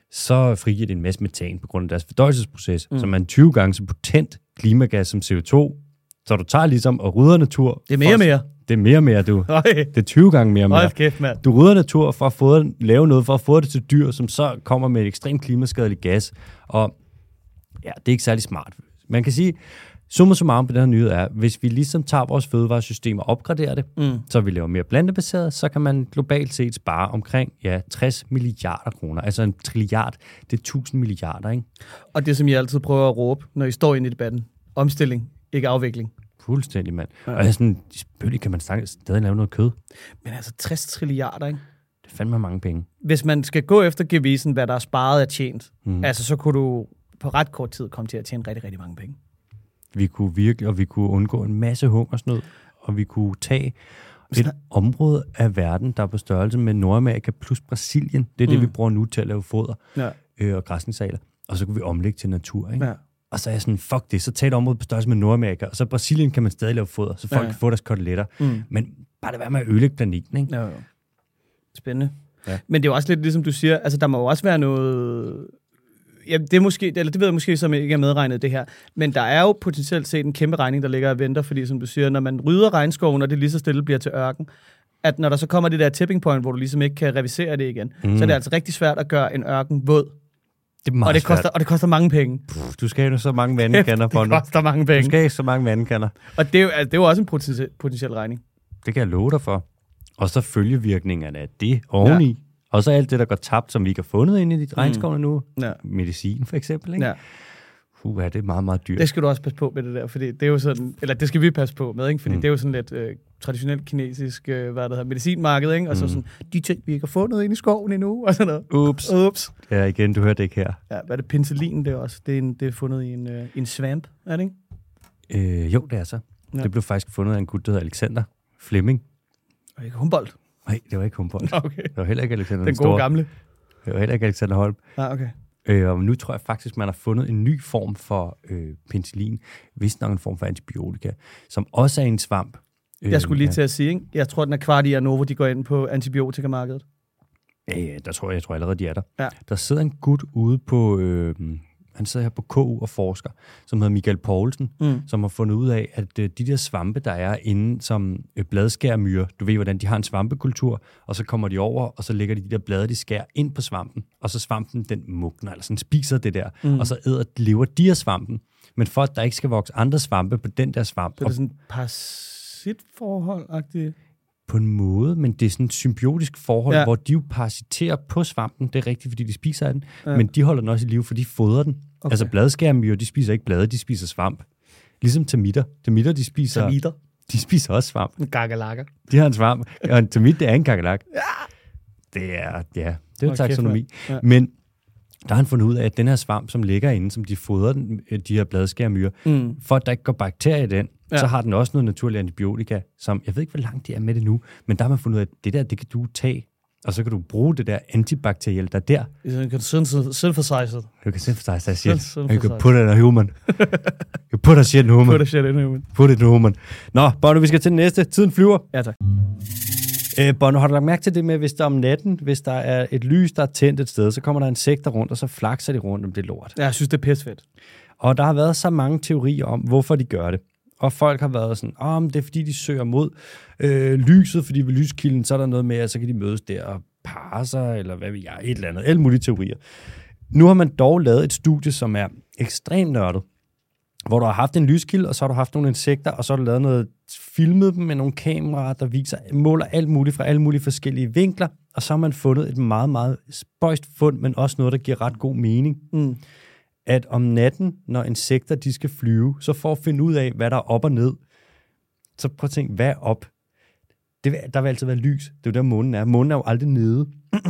så frigiver det en masse metan på grund af deres fordøjelsesproces, mm. som er en tyve gange så potent klimagas som C O to. Så du tager ligesom og rydder natur. Det er mere og mere. Det er mere og mere, du. Øj. Det er tyve gange mere og mere. Hold kæft, mand. Du rydder natur for at fodre, lave noget for at fodre det til dyr, som så kommer med et ekstremt klimaskadelig gas. Og ja, det er ikke særlig smart. Man kan sige, summa summarum på den her nyhed er, hvis vi ligesom tager vores fødevaresystem og opgraderer det, mm. så vi laver mere plantebaseret, så kan man globalt set spare omkring ja, tres milliarder kroner. Altså en trilliard, det er tusind milliarder, ikke? Og det, som I altid prøver at råbe, når I står inde i debatten. Omstilling, ikke afvikling. Fuldstændig, mand. Ja. Og sådan, selvfølgelig kan man stadig lave noget kød. Men altså tres trilliarder, ikke? Det fandme mange penge. Hvis man skal gå efter gevisen, hvad der er sparet og tjent, mm. altså så kunne du på ret kort tid komme til at tjene rigtig, rigtig mange penge. Vi kunne virkelig, og vi kunne undgå en masse hungersnød, og vi kunne tage et område af verden, der er på størrelse med Nordamerika plus Brasilien. Det er mm. det, vi bruger nu til at lave foder ja. øh, og græsningsaler. Og så kunne vi omlægge til natur, ikke? Ja. Og så er jeg sådan, fuck det, så tag et område på størrelse med Nordamerika, og så Brasilien kan man stadig lave foder, så folk ja. kan få deres koteletter. Mm. Men bare det være med at ødelægge planeten, ikke? Ja, ja. Spændende. Ja. Men det er jo også lidt ligesom du siger, altså der må jo også være noget... Ja, det er måske, eller det ved jeg måske, som ikke er medregnet det her, men der er jo potentielt set en kæmpe regning, der ligger og venter, fordi som du siger, når man rydder regnskoven, og det lige så stille bliver til ørken, at når der så kommer det der tipping point, hvor du ligesom ikke kan revisere det igen, mm. så er det altså rigtig svært at gøre en ørken våd. Det er og, det koster, og det koster mange penge. Puh, du skal jo så mange vandkander på det koster mange penge. Du skal jo så mange vandkander. Og det er jo, altså, det er jo også en potentiel, potentiel regning. Det kan jeg love dig for. Og så følgevirkningerne af det oveni. Ja. Og så alt det, der går tabt, som vi ikke har fundet inde i de regnskovene mm. nu. Ja. Medicin for eksempel, ikke? Ja. Uh, det er meget, meget dyrt. Det skal du også passe på med det der, fordi det er jo sådan, eller det skal vi passe på med, ikke? Fordi mm. det er jo sådan lidt øh, traditionelt kinesisk, øh, hvad der hedder, medicinmarked, ikke? Og så mm. sådan, de ting, vi ikke har fundet inde i skoven endnu, og sådan noget. Ups. Ups. Ja, igen, du hørte det ikke her. Ja, hvad er det? Penicillin, det er også, det er, en, det er fundet i en, øh, en svamp, er det ikke? Øh, jo, det er så. Ja. Det blev faktisk fundet af en gut, der hedder Alexander Fleming. Og ikke Humboldt? Nej, det var ikke Humboldt. Okay. Det var heller ikke Alexander den gode gamle. Det var heller ikke Alexander Holm. Ah, okay. Øh, og nu tror jeg faktisk, man har fundet en ny form for øh, penicillin, vist nok en form for antibiotika, som også er en svamp. Øh, jeg skulle lige ja. til at sige, ikke? Jeg tror, den er kvart i Novo, de går ind på antibiotikamarkedet. Ja, ja, der tror jeg, jeg tror allerede, de er der. Ja. Der sidder en gut ude på... Øh, han sidder her på K U og forsker, som hedder Michael Poulsen, mm. som har fundet ud af, at øh, de der svampe, der er inde som øh, bladskærmyre, du ved, hvordan de har en svampekultur, og så kommer de over, og så lægger de de der blade, de skærer ind på svampen, og så svampen, den mugner, eller sådan spiser det der, mm. og så æder, lever de af svampen. Men for at der ikke skal vokse andre svampe på den der svamp... Så er det sådan et parasitforhold-agtigt? På en måde, men det er sådan et symbiotisk forhold, ja. hvor de jo parasiterer på svampen. Det er rigtigt, fordi de spiser af den, ja. men de holder den også i live, for de fodrer den. Okay. Altså bladskærmyrer, de spiser ikke blade, de spiser svamp. Ligesom termitter. Termitter, de spiser... Termitter? De spiser også svamp. En kakalakker. De har en svamp. Og en termit, det er en kakalak. Ja. Det er, ja, det er jo okay, taksonomi. Ja. Men der har han fundet ud af, at den her svamp, som ligger inde, som de fodrer den, de her bladskærmyrer, mm. for at der ikke går bakterier i den, ja. så har den også noget naturligt antibiotika, som, jeg ved ikke, hvor langt de er med det nu, men der har man fundet ud af, at det der, det kan du tage, og så kan du bruge det der antibakterielle, der der. You can synthesize it. You can synthesize that shit. You can put it in a human. You put a shit in a human. Put a shit in a human. Put it in a human. Nå, Bono, vi skal til den næste. Tiden flyver. Ja, tak. Øh, Bono, har du lagt mærke til det med, hvis der om natten, hvis der er et lys, der er tændt et sted, så kommer der insekter rundt, og så flakser de rundt om det lort. Ja, jeg synes, det er pissefedt. Og der har været så mange teorier om, hvorfor de gør det. Og folk har været sådan, åh, oh, det er fordi, de søger mod øh, lyset, fordi ved lyskilden, så er der noget med, at så kan de mødes der og parre sig, eller hvad ved jeg, et eller andet. Alle mulige teorier. Nu har man dog lavet et studie, som er ekstremt nørdet, hvor du har haft en lyskilde, og så har du haft nogle insekter, og så har du lavet noget, filmet dem med nogle kameraer, der viser, måler alt muligt fra alle mulige forskellige vinkler, og så har man fundet et meget, meget spøjst fund, men også noget, der giver ret god mening. Mm. At om natten, når insekter de skal flyve, så for at finde ud af, hvad der er op og ned, så prøv at tænke, hvad er op? Det vil, der vil altid være lys. Det er jo der, månen er. Månen er jo aldrig nede.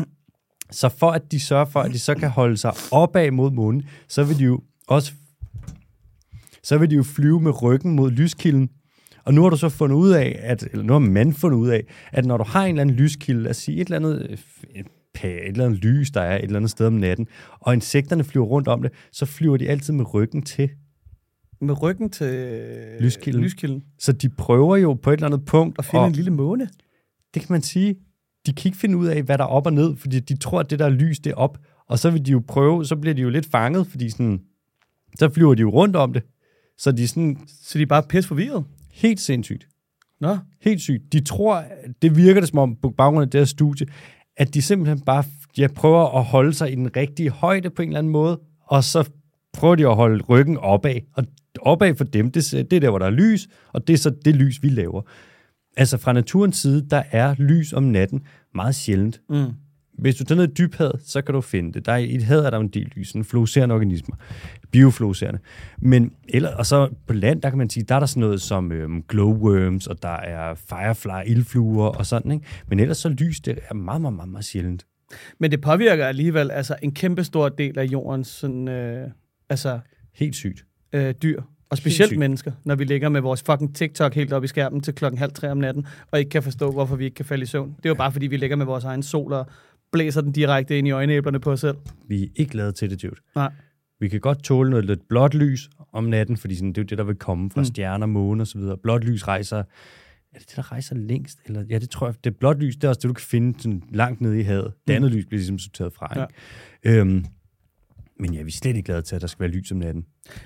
Så for at de sørger for, at de så kan holde sig opad mod månen, så vil de jo også... så vil de jo flyve med ryggen mod lyskilden. Og nu har du så fundet ud af, at, eller nu har man fundet ud af, at når du har en eller anden lyskilde, lad os sige et eller andet, et eller andet lys, der er et eller andet sted om natten, og insekterne flyver rundt om det, så flyver de altid med ryggen til. Med ryggen til lyskilden. lyskilden. Så de prøver jo på et eller andet punkt. At finde og, en lille måne. Det kan man sige. De kan ikke finde ud af, hvad der er op og ned, fordi de tror, at det der er lys, det er op. Og så vil de jo prøve, så bliver de jo lidt fanget, fordi sådan, så flyver de jo rundt om det. Så de sådan... Så de er bare pisse forvirret? Helt sindssygt. Nå. Helt sygt. De tror, det virker det som om, på baggrund af det her studie, at de simpelthen bare de prøver at holde sig i den rigtige højde på en eller anden måde, og så prøver de at holde ryggen opad. Og opad for dem, det, det er der, hvor der er lys, og det er så det lys, vi laver. Altså fra naturens side, der er lys om natten meget sjældent. Mm. Hvis du tager ned i dybhavet, så kan du finde det. Der er, I et hav er der en del lys, sådan fluorescerende organismer, biofluorescerende. Men eller, og så på land, der kan man sige, der er der sådan noget som øhm, glowworms, og der er firefly, ildfluer og sådan, ikke? Men ellers så lys, det er meget, meget, meget, meget sjældent. Men det påvirker alligevel altså en kæmpe stor del af jordens sådan, øh, altså, helt sygt. Øh, dyr. Og specielt mennesker, når vi ligger med vores fucking TikTok helt op i skærmen til klokken halv tre om natten, og ikke kan forstå, hvorfor vi ikke kan falde i søvn. Det er jo bare, fordi vi ligger med vores egen sol og blæser den direkte ind i øjenæblerne på os selv. Vi er ikke lavet til det, Jude. Nej. Vi kan godt tåle noget lidt blåt lys om natten, fordi sådan, det er jo det, der vil komme fra mm. stjerner, måne og så videre. Blåt lys rejser... Er det det, der rejser længst? Eller, ja, det tror jeg. Det blåt lys, det er også det, du kan finde sådan langt nede i havet. Det andet mm. lys bliver ligesom sorteret fra. Ikke? Ja. Øhm, men ja, vi er slet ikke glade til, at der skal være lys om natten.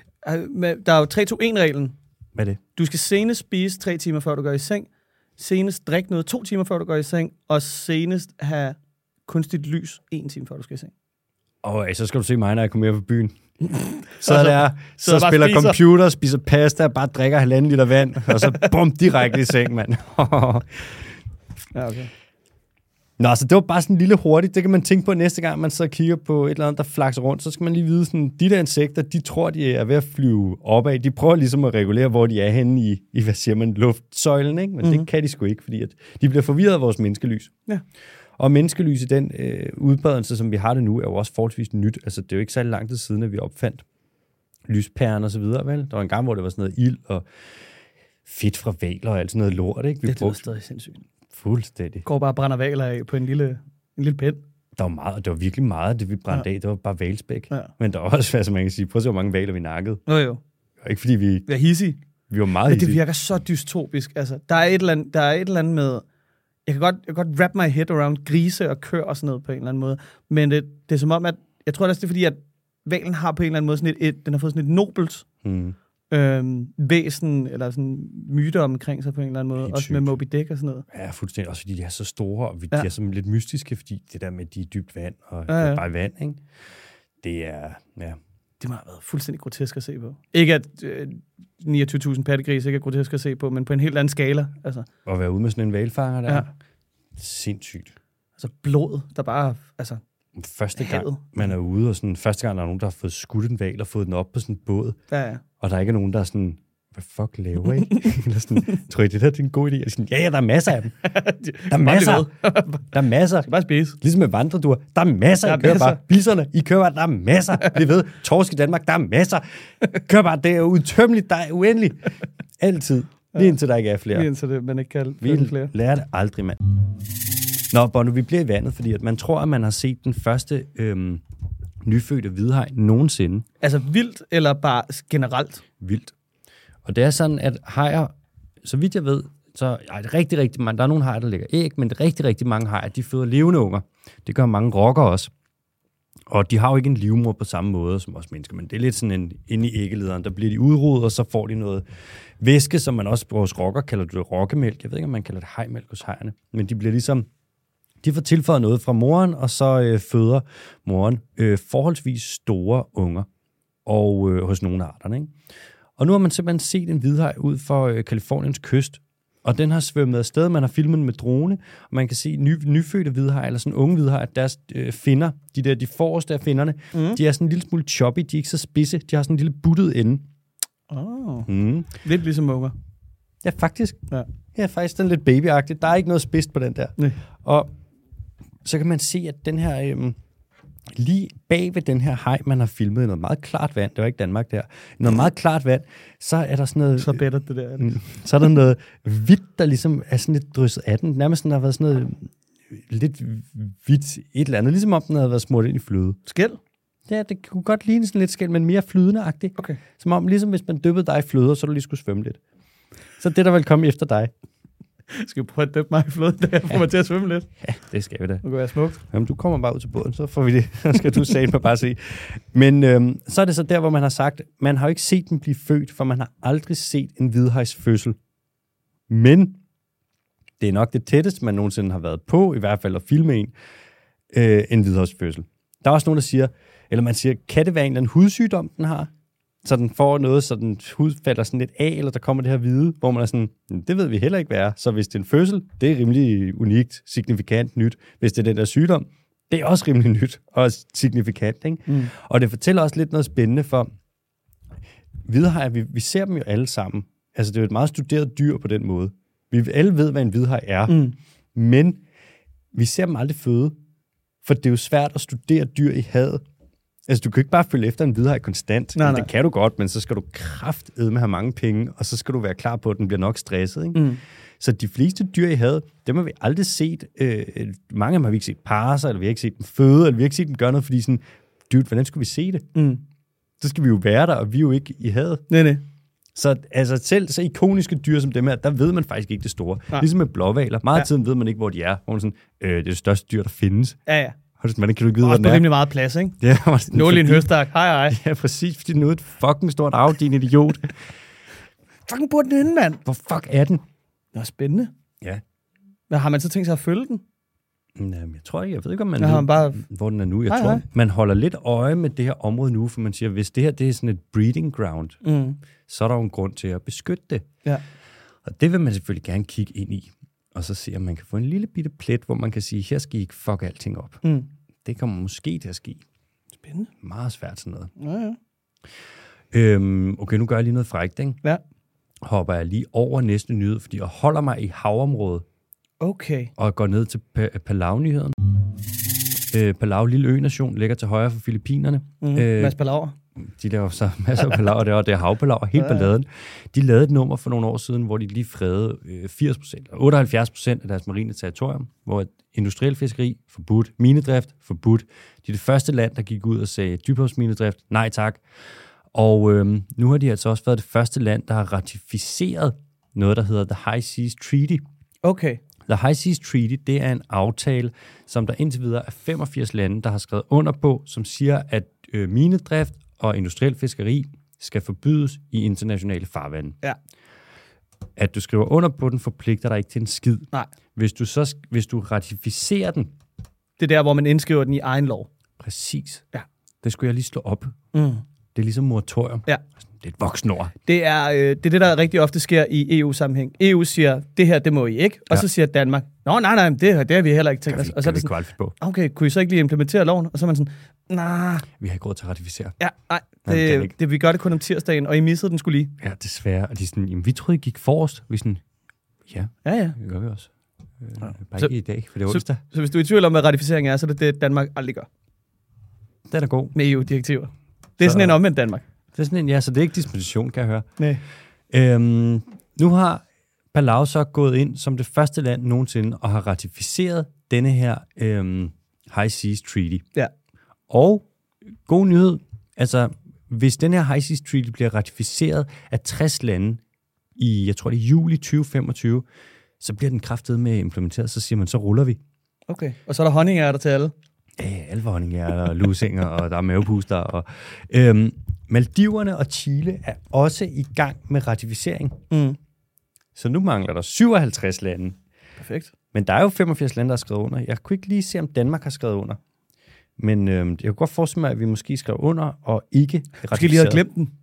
Der er jo tre to en reglen. Hvad er det? Du skal senest spise tre timer, før du går i seng. Senest drikke noget to timer, før du går i seng. Og senest have kunstigt lys en time, før du skal i seng. Og så skal du se mig, når jeg kommer her på byen. Så er der, så, så, så spiller spiser. computer, spiser pasta, bare drikker halvanden liter vand, og så bum, direkte i seng, mand. Ja, okay. Nå, så det var bare sådan en lille hurtigt. Det kan man tænke på næste gang, man så kigger på et eller andet, der flakser rundt. Så skal man lige vide, sådan, de der insekter, de tror, de er ved at flyve opad. De prøver ligesom at regulere, hvor de er henne i, i hvad siger man, luftsøjlen, ikke? Men mm-hmm. det kan de sgu ikke, fordi at de bliver forvirret af vores menneskelys. Ja. Og menneskelys i den øh, udbredelse, som vi har det nu, er jo også forholdsvis nyt. Altså, det er jo ikke særlig lang tid siden, at vi opfandt lyspæren og så videre, vel? Der var en gang, hvor det var sådan noget ild og fedt fra hvaler og alt sådan noget lort, ikke? Vi det er stadig sindssygt. Fuldstændig. Går bare og brænder hvaler af på en lille, en lille pind. Der var meget, og det var virkelig meget af det, vi brændte ja. af. Det var bare hvalspæk. Ja. Men der var også, hvad man kan sige, prøv at se, hvor mange hvaler vi nakkede. Jo, jo. Ikke fordi vi... Vi er hissige. Vi var meget Men hissige. det virker så dystopisk. Altså, der er et eller andet, der er et eller andet med... Jeg kan, godt, jeg kan godt wrap my head around grise og køer og sådan noget på en eller anden måde. Men det, det er som om, at... Jeg tror, det er fordi, at hvalen har på en eller anden måde sådan et... et den har fået sådan et nobelt mm. øhm, væsen, eller sådan myter omkring sig på en eller anden måde. Helt også sygt. Med Moby Dick og sådan noget. Ja, fuldstændig. Også fordi de er så store, og de ja. er sådan lidt mystiske, fordi det der med, de er dybt vand, og ja, ja. bare vand, ikke? Det er... Ja. Det må have været fuldstændig grotesk at se på. Ikke at øh, niogtyve tusind pattegris ikke er grotesk at se på, men på en helt anden skala. Altså. At være ude med sådan en hvalfanger der. Ja. Sindssygt. Altså blod, der bare... Altså, første gang, havet. Man er ude, og sådan, første gang, der er nogen, der har fået skudt en hval og fået den op på sådan en båd, ja, ja. og der er ikke nogen, der er sådan, hvad fuck laver I? Eller sådan, tror I, det der det er en god idé? Sådan, ja, ja, der er masser af dem. Der er masser. Der er masser. Skal bare spise. Ligesom med vandreduer. Der er masser. Der er I kører masser. Bare. Bisserne, I kører bare. Der er masser. Bliv ved. Torsk i Danmark. Der er masser. Kør bare. Det er udtømmeligt. Der er uendeligt. Altid. Lige indtil der ikke er flere. Lige indtil det, man ikke kan vi flere. Vi lærer det aldrig, mand. Nå, Bono, vi bliver i vandet, fordi at man tror, at man har set den første øhm, nyfødte hvidhaj nogensinde. Altså vildt, eller bare generelt? Vildt. Og det er sådan, at hajer, så vidt jeg ved, så ej, det er rigtig, rigtig mange, der er nogle hajer, der lægger æg, men det er rigtig, rigtig mange hajer, de føder levende unger. Det gør mange rokker også. Og de har jo ikke en livmor på samme måde som os mennesker, men det er lidt sådan en, inde i æggelederen, der bliver de udryddet, og så får de noget væske, som man også hos rokker kalder det rokkemælk. Jeg ved ikke, om man kalder det hajmælk hos hajerne, men de bliver ligesom, de får tilføjet noget fra moren, og så øh, føder moren øh, forholdsvis store unger, og øh, hos nogle arterne, ikke? Og nu har man simpelthen set en hvidhaj ud for øh, Kaliforniens kyst, og den har svømmet afsted. Man har filmet den med drone, og man kan se ny, nyfødte hvidhaj, eller sådan unge hvidhaj, at deres øh, finner, de der, de forreste af finnerne, mm. de er sådan en lille smule choppy, de er ikke så spidse, de har sådan en lille buttet ende. Åh, oh. mm. Lidt ligesom unger. Ja, faktisk. Ja, ja faktisk den lidt babyagtig. Der er ikke noget spidst på den der. Nej. Og så kan man se, at den her... Øh, lige bag ved den her haj, man har filmet i noget meget klart vand, det var ikke Danmark der, noget meget klart vand, så er der sådan noget... Så bedre det der. Mm, så er der noget hvidt, der ligesom er sådan lidt drysset af den. Nærmest sådan, der har været sådan noget lidt hvidt et eller andet, ligesom om den havde været smurt ind i fløde. Skæld? Ja, det kunne godt ligne sådan lidt skæld, men mere flydende-agtigt. Okay. Som om, ligesom hvis man dyppede dig i fløde, så du lige skulle svømme lidt. Så det, der vil komme efter dig. Skal vi prøve at dyppe mig i fløde, der får mig til at svømme lidt? Ja, det skal vi da. Det kunne være smukt. Jamen, du kommer bare ud til båden, så får vi det. Så skal du sige mig bare se. Men øhm, så er det så der, hvor man har sagt, man har jo ikke set den blive født, for man har aldrig set en hvidhajsfødsel. Men det er nok det tætteste, man nogensinde har været på, i hvert fald at filme en, øh, en hvidhajsfødsel. Der er også nogen, der siger, eller man siger, kan det være en eller anden hudsygdom, den har? Så den får noget, så den hud falder sådan lidt af, eller der kommer det her hvide, hvor man er sådan, det ved vi heller ikke, hvad er. Så hvis det er en fødsel, det er rimelig unikt, signifikant nyt. Hvis det er den der sygdom, det er også rimelig nyt og signifikant. Ikke? Mm. Og det fortæller også lidt noget spændende, for hvidhajer, vi, vi ser dem jo alle sammen. Altså det er jo et meget studeret dyr på den måde. Vi alle ved, hvad en hvidhaj er, mm. men vi ser dem aldrig føde. For det er jo svært at studere dyr i havet. Altså, du kan ikke bare følge efter en hvidhaj konstant. Nej, nej. Det kan du godt, men så skal du kraftedme have mange penge, og så skal du være klar på, at den bliver nok stresset. Ikke? Mm. Så de fleste dyr i havet, dem har vi aldrig set. Øh, mange af dem har vi ikke set parre sig, eller vi har ikke set dem føde, eller vi har ikke set dem gøre noget, fordi sådan, dude, hvordan skulle vi se det? Mm. Så skal vi jo være der, og vi er jo ikke i havet. Nej, nej. Så altså, selv så ikoniske dyr som dem her, der ved man faktisk ikke det store. Nej. Ligesom med blåhvaler. Meget af ja. tiden ved man ikke, hvor de er. Hvor man sådan, øh, det er det største dyr, der findes. Ja, ja. Man kan du ikke vide, også hvad den er. Rimelig meget plads, ikke? Ja, Nål i en høstak. Hej, hej. Ja, præcis, fordi den er et fucking stort af, din idiot. Fucking burde den inde, mand. Hvor fuck er den? Det er spændende. Ja. Hvad har man så tænkt sig at følge den? Jamen, jeg tror ikke, jeg ved ikke, om man ved, man bare... hvor den er nu. Jeg hej, tror, hej. man holder lidt øje med det her område nu, for man siger, hvis det her det er sådan et breeding ground, mm. så er der jo en grund til at beskytte det. Ja. Og det vil man selvfølgelig gerne kigge ind i, og så se, om man kan få en lille bitte plet, hvor man kan sige, her skal I ikke fuck alting op. Mm. Det kommer måske til at ske. Spændende. Meget svært sådan noget. Ja, ja. Øhm, okay, nu gør jeg lige noget frækt, ikke? Ja. Hopper jeg lige over næste nyhed, fordi jeg holder mig i havområdet. Okay. Og går ned til pa- Palau-nyheden. Øh, Palau, lille ø-nation, ligger til højre for Filippinerne. Mm, øh, Mads Palau. De laver så masser af Palau, det er, det er havpalau, helt balladen. De lavede et nummer for nogle år siden, hvor de lige fredede firs procent, otteoghalvfjerds procent af deres marine territorium, hvor industriel fiskeri forbudt, minedrift forbudt. De er det første land, der gik ud og sagde dybhavsminedrift, nej tak. Og øhm, nu har de altså også været det første land, der har ratificeret noget, der hedder The High Seas Treaty. Okay. The High Seas Treaty, det er en aftale, som der indtil videre er femogfirs lande, der har skrevet under på, som siger, at øh, minedrift og industriel fiskeri skal forbydes i internationale farvande. Ja. At du skriver under på den, forpligter dig ikke til en skid. Nej. Hvis du så hvis du ratificerer den... Det er der, hvor man indskriver den i egen lov. Præcis. Ja. Det skulle jeg lige slå op. Mm. Det er ligesom moratorium. Ja. Det er et voksenord. Det er, øh, det er det, der rigtig ofte sker i E U-sammenhæng. E U siger, det her, det må I ikke. Og ja. Så siger Danmark, nå nej, nej, det, det har vi heller ikke tænkt os. Og så er det sådan, på. Okay, kunne I så ikke lige implementere loven? Og så er man sådan, nej. Vi har ikke råd til at ratificere. Ja, nej, det, nej, det, vi gør det kun om tirsdagen, og I missede den skulle lige. Ja, desværre. Og de er sådan, jamen, vi troede, I gik forrest. Vi er sådan, ja, ja, ja. Det gør vi også. Øh, ja. Bare så, ikke i dag, for det er onsdag. Så, så hvis du er i tvivl om, hvad ratificering er, så er det det, Danmark aldrig gør. Den er god. Med E U-direktiver. Det er så, sådan en omvendt Danmark. Det er sådan en, ja, så det er ikke dispensation, kan jeg høre. Nej. Øhm, nu har Palau så gået ind som det første land nogensinde og har ratificeret denne her øhm, High Seas Treaty. Ja. Og god nyhed, altså hvis den her High Seas Treaty bliver ratificeret af tres lande i, jeg tror det er juli tyve femogtyve, så bliver den kraftet med implementeret, så siger man, så ruller vi. Okay, og så er der honningerter til alle? Ja, alle honningerter og lusinger, og der er mavepuster. Og, øhm, Maldiverne og Chile er også i gang med ratificering. Mm. Så nu mangler der syvoghalvtreds lande. Perfekt. Men der er jo femogfirs lande, der har skrevet under. Jeg kunne ikke lige se, om Danmark har skrevet under. Men øhm, jeg kunne godt forestille mig, at vi måske skrev under og ikke ratificeret. Måske lige have glemt den.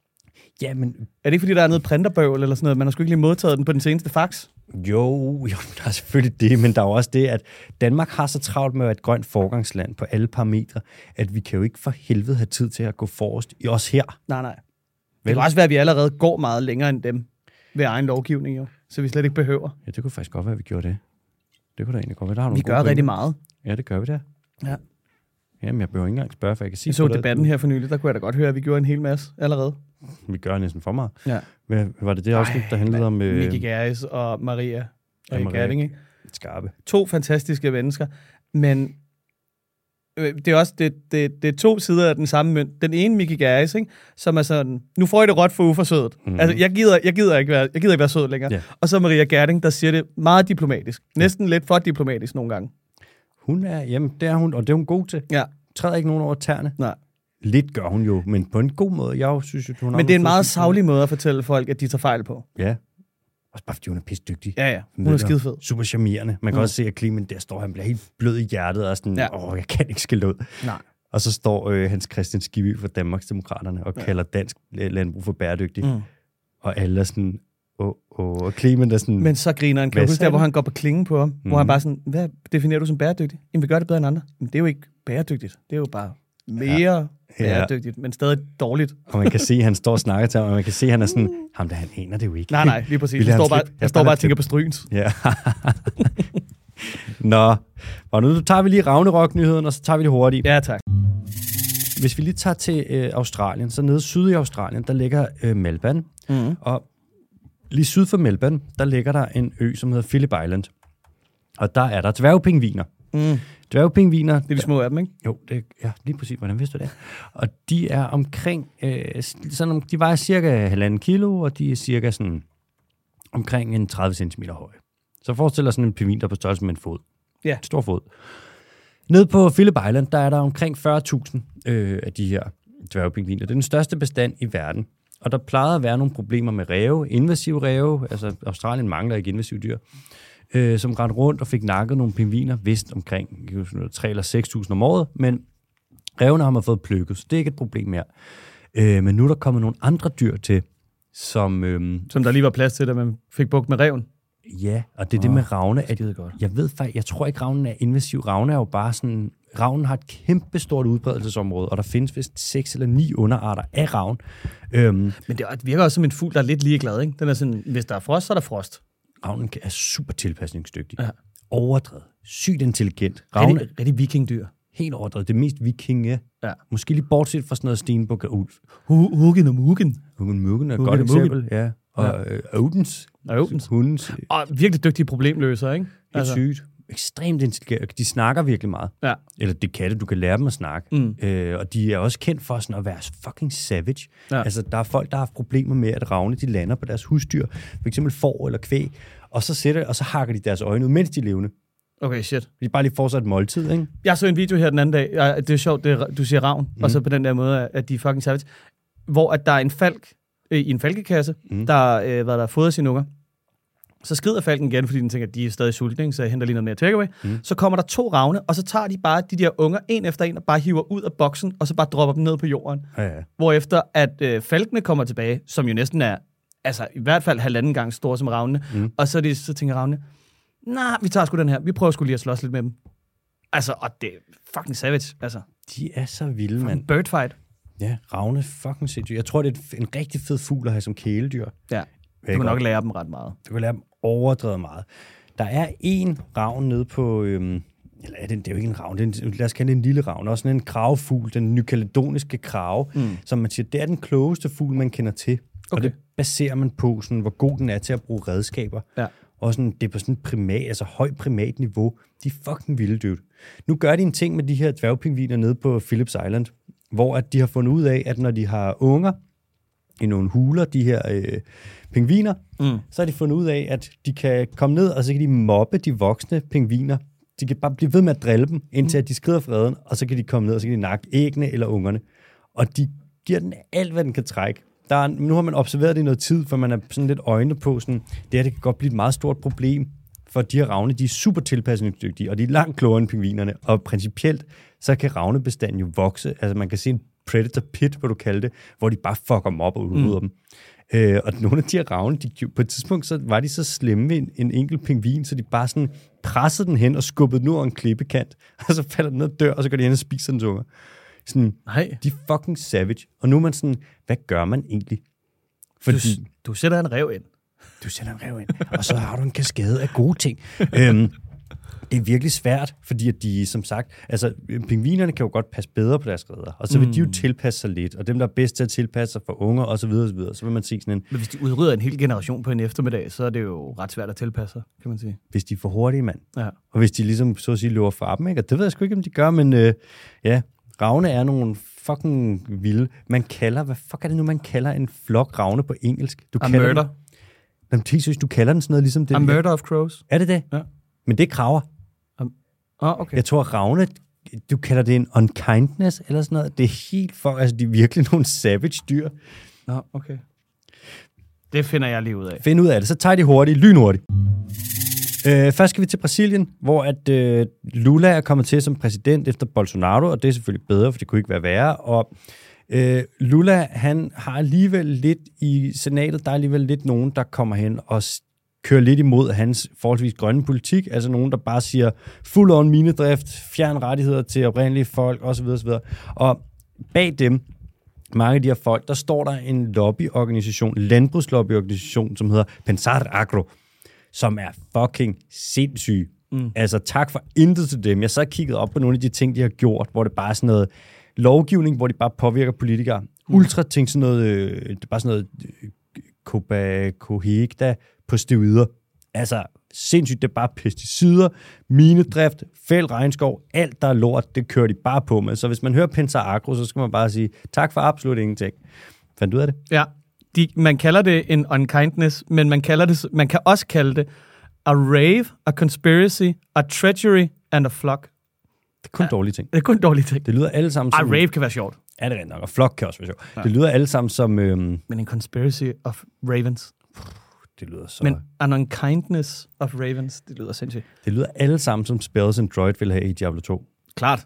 Ja, men... Er det ikke, fordi der er noget printerbøvl eller sådan noget? Man har sgu ikke lige modtaget den på den seneste fax? Jo, jo, der er selvfølgelig det, men der er også det, at Danmark har så travlt med at være et grønt forgangsland på alle parametre, at vi kan jo ikke for helvede have tid til at gå forrest i os her. Nej, nej. Det kan også være, at vi allerede går meget længere end dem ved egen lovgivning, jo. Så vi slet ikke behøver. Ja, det kunne faktisk godt være, at vi gjorde det. Det kunne da egentlig godt være. Der har vi gør rigtig meget. Ja, det gør vi da. Ja. Jamen, jeg behøver ikke engang spørge, for jeg kan sige... Jeg så debatten her for nylig, der kunne jeg da godt høre, at vi gjorde en hel masse allerede. Vi gør næsten for meget. Ja. Hvad, var det det afsnit, der handlede om... Øh... Miki Gerris og Maria og ja, Maria. Gerding, ikke? Skarpe. To fantastiske mennesker, men det er også det, det, det er to sider af den samme mønt. Den ene, Miki Gerris, ikke? Som er sådan, nu får I det råt for uforsødet. Mm-hmm. Altså, jeg gider, jeg, gider ikke være, jeg gider ikke være sød længere. Yeah. Og så Maria Gerding, der siger det meget diplomatisk. Næsten yeah. lidt for diplomatisk nogle gange. Hun er, jamen, det er hun, og det er hun god til. Ja. Træder ikke nogen over tæerne. Nej. Lidt gør hun jo, men på en god måde. Jeg synes, at hun men det er en meget saglig måde at fortælle folk, at de tager fejl på. Ja. Også bare fordi hun er pisse dygtig. Ja, ja. Hun er skidefed. Super charmerende. Man kan mm. også se, at Clement der står, han bliver helt blød i hjertet, og sådan, ja. åh, jeg kan ikke skille ud. Nej. Og så står øh, Hans Christian Skibby fra Danmarksdemokraterne og ja. kalder dansk landbrug for bæredygtig. Mm. Og alle er sådan, åh, åh, og Clement er sådan... Men så griner han. Kan du huske der, hvor han går på klingen på ham? Mm. Hvor han bare sådan, hvad definerer du som bæredygtig? Jamen, vi gør det bedre end andre. Men det er jo ikke bæredygtigt. Det er jo bare mere... Ja. Bæredygtigt, men stadig dårligt. Og man kan se, at han står og snakker til ham, og man kan se, at han er sådan, ham der, han aner det jo ikke. Nej, nej, lige præcis. Han står bare, han står bare og tænker på strygens. Ja. Nå, og nu tager vi lige Ragnarok-nyheden, og så tager vi det hurtigt. Ja, tak. Hvis vi lige tager til øh, Australien, så nede syd i Australien, der ligger øh, Melbourne, mm. og lige syd for Melbourne, der ligger der en ø, som hedder Phillip Island. Og der er der dværgpingviner. Mm. Dværgpingviner... Det er de små af dem, ikke? Jo, det, ja, lige præcis. Hvordan vidste du det? Og de er omkring... Øh, sådan, de vejer cirka halvanden kilo, og de er cirka sådan omkring en tredive centimeter høje. Så forestil dig sådan en pingvin, der er på størrelse med en fod. Ja. En stor fod. Nede på Phillip Island, der er der omkring fyrre tusind øh, af de her dværgpingviner. Det er den største bestand i verden. Og der plejede at være nogle problemer med ræve, invasive ræve. Altså, Australien mangler ikke invasive dyr. Øh, som rendte rundt og fik nakket nogle pingviner, vist omkring tre eller seks tusind om året, men rævene har man fået plukket, så det er ikke et problem mere. Øh, men nu er der kommet nogle andre dyr til, som... Øh, som der lige var plads til, da man fik bugt med ræven? Ja, og det er oh, det med ravne, at godt. Jeg ved faktisk, jeg tror ikke, ravnen er invasiv. Ravne er jo bare sådan... Ravnen har et kæmpe stort udbredelsesområde, og der findes vist seks eller ni underarter af ravn. Øhm, men det virker også som en fugl, der er lidt ligeglad, ikke? Den er sådan, hvis der er frost, så er der frost. Ravnen er super tilpasningsdygtig. Ja. Overdrevet. Sygt intelligent. Ravnen er rigtig vikingdyr. Helt overdrevet. Det mest vikinge. Ja. Måske lige bortset fra sådan noget stenbuk og ulv. Huggen og Muggen. Huggen og Muggen er et godt eksempel. Ja. Og ja. Øh, Odens. Odens. Hundens. Og virkelig dygtige problemløser, ikke? Helt altså. Sygt. Ekstremt intelligent. De snakker virkelig meget. Ja. Eller det kan det, du kan lære dem at snakke. Mm. Øh, og de er også kendt for sådan at være fucking savage. Ja. Altså, der er folk, der har haft problemer med, at ravne, de lander på deres husdyr. For eksempel får eller kvæg. Og så sætter, og så hakker de deres øjne ud, mens de er levende. Okay, shit. De bare lige får sig et måltid, ikke? Jeg så en video her den anden dag. Ja, det er sjovt, det er, du siger ravn. Mm. Og så på den der måde, at de er fucking savage. Hvor at der er en falk øh, i en falkekasse, mm. der øh, hvad der fodrer sine unger. Så skrider falken igen, fordi den tænker, at de er stadig sultne, så jeg henter lige noget mere takeaway. Mm. Så kommer der to ravne, og så tager de bare de der unger en efter en, og bare hiver ud af boksen, og så bare dropper dem ned på jorden. Ja, ja. Hvorefter at øh, falkene kommer tilbage, som jo næsten er, altså i hvert fald halvanden gang store som ravnene. Mm. Og så, de, så tænker ravnene, nej, vi tager sgu den her. Vi prøver sgu lige at slås lidt med dem. Altså, og det er fucking savage, altså. De er så vilde, mand. Birdfight. Ja, ravne fucking sindssygt. Jeg tror, det er en rigtig fed fugl at have som kæledyr. Ja, du kan nok lære dem ret meget. Du kan lære dem overdrevet meget. Der er en ravn nede på... Øhm, eller er det, det er jo ikke en ravn, det er en, lad os kalde det en lille ravn. Også sådan en kravefugl, den nykaledoniske krave, mm. som man siger, det er den klogeste fugl, man kender til. Okay. Og det baserer man på, sådan, hvor god den er til at bruge redskaber. Ja. Og sådan, det er på sådan et primat, altså højt primat niveau. De er fucking vilde, dude. Nu gør de en ting med de her dværgpingviner nede på Phillip Island, hvor at de har fundet ud af, at når de har unger i nogle huler, de her øh, pingviner, mm. så har de fundet ud af, at de kan komme ned, og så kan de mobbe de voksne pingviner. De kan bare blive ved med at drille dem, indtil at de skrider freden, og så kan de komme ned, og så kan de nakke æggene eller ungerne. Og de giver den alt, hvad den kan trække. Der er, nu har man observeret det i noget tid, for man er sådan lidt øjne på, sådan, det her det kan godt blive et meget stort problem, for de her ravne, de er super tilpasningsdygtige, og de er langt klogere end pingvinerne, og principielt, så kan ravnebestanden jo vokse. Altså man kan se en predator pit, hvor du kalder det, hvor de bare fucker dem op og udrydder mm. dem. Øh, og nogle af de her ravne, de, på et tidspunkt, så var de så slemme ved en, en enkelt pingvin, så de bare sådan pressede den hen og skubbede den ud over en klippekant, og så falder den ned og dør, og så går de hen og spiser dens unger. Sådan, nej. De er fucking savage. Og nu er man sådan, hvad gør man egentlig? Fordi, du, du sætter en ræv ind. Du sætter en ræv ind, og så har du en kaskade af gode ting. øhm, det er virkelig svært, fordi at de, som sagt, altså pingvinerne kan jo godt passe bedre på deres reder, og så vil mm. de jo tilpasse sig lidt, og dem, der er bedst til at tilpasse sig for unger, og så videre, og så videre, så vil man se sådan en... Men hvis de udrydder en hel generation på en eftermiddag, så er det jo ret svært at tilpasse sig, kan man sige. Hvis de er for hurtige, mand. Ja. Og hvis de ligesom, så at sige, løber fra dem, ikke? Og det ved jeg sgu ikke, om de gør, men øh, ja, ravne er nogle fucking vilde. Man kalder, hvad fuck er det nu, man kalder en flok ravne på engelsk? Du A kalder murder. Den, jamen, synes, du kalder den sådan noget ligesom det. A murder of crows. Er det det? Ja. Men det er kraver. Ah, okay. Jeg tror, ravne, du kalder det en unkindness eller sådan noget. Det er helt for, altså de er virkelig nogle savage dyr. Nå, okay. Det finder jeg lige ud af. Find ud af det, så tager de hurtigt, lynhurtigt. Øh, først skal vi til Brasilien, hvor at øh, Lula er kommet til som præsident efter Bolsonaro, og det er selvfølgelig bedre, for det kunne ikke være værre. Og øh, Lula, han har alligevel lidt i senatet, der er alligevel lidt nogen, der kommer hen og kører lidt imod hans forholdsvis grønne politik, altså nogen, der bare siger full on minedrift, fjern rettigheder til oprindelige folk osv. osv. Og bag dem, mange af de her folk, der står der en lobbyorganisation, landbrugslobbyorganisation, som hedder Pensar Agro, som er fucking sindssyg. Mm. Altså tak for intet til dem. Jeg så kigget op på nogle af de ting, de har gjort, hvor det bare er sådan noget lovgivning, hvor de bare påvirker politikere. Mm. Ultra ting, sådan noget, øh, det er bare sådan noget øh, Coba, Cohegda på steroider. Altså sindssygt, det er bare pesticider, minedrift, fæld regnskov, alt der er lort, det kører de bare på med. Så hvis man hører Pensar Agro, så skal man bare sige, tak for absolut ingenting. Fandt du ud af det? Ja, de, man kalder det en unkindness, men man, kalder det, man kan også kalde det a rave, a conspiracy, a treachery and a flock. Det er kun ja, dårlige ting. Det er kun dårlige ting. Det lyder alle sammen som... A rave kan være sjovt. Ja, det er rent nok, og flock kan også være sjovt. Ja. Det lyder alle sammen som... Øhm... Men en conspiracy of ravens. Det lyder så... Men an unkindness of ravens, det lyder sindssygt. Det lyder alle sammen som spells and droid vil have i Diablo to. Klart.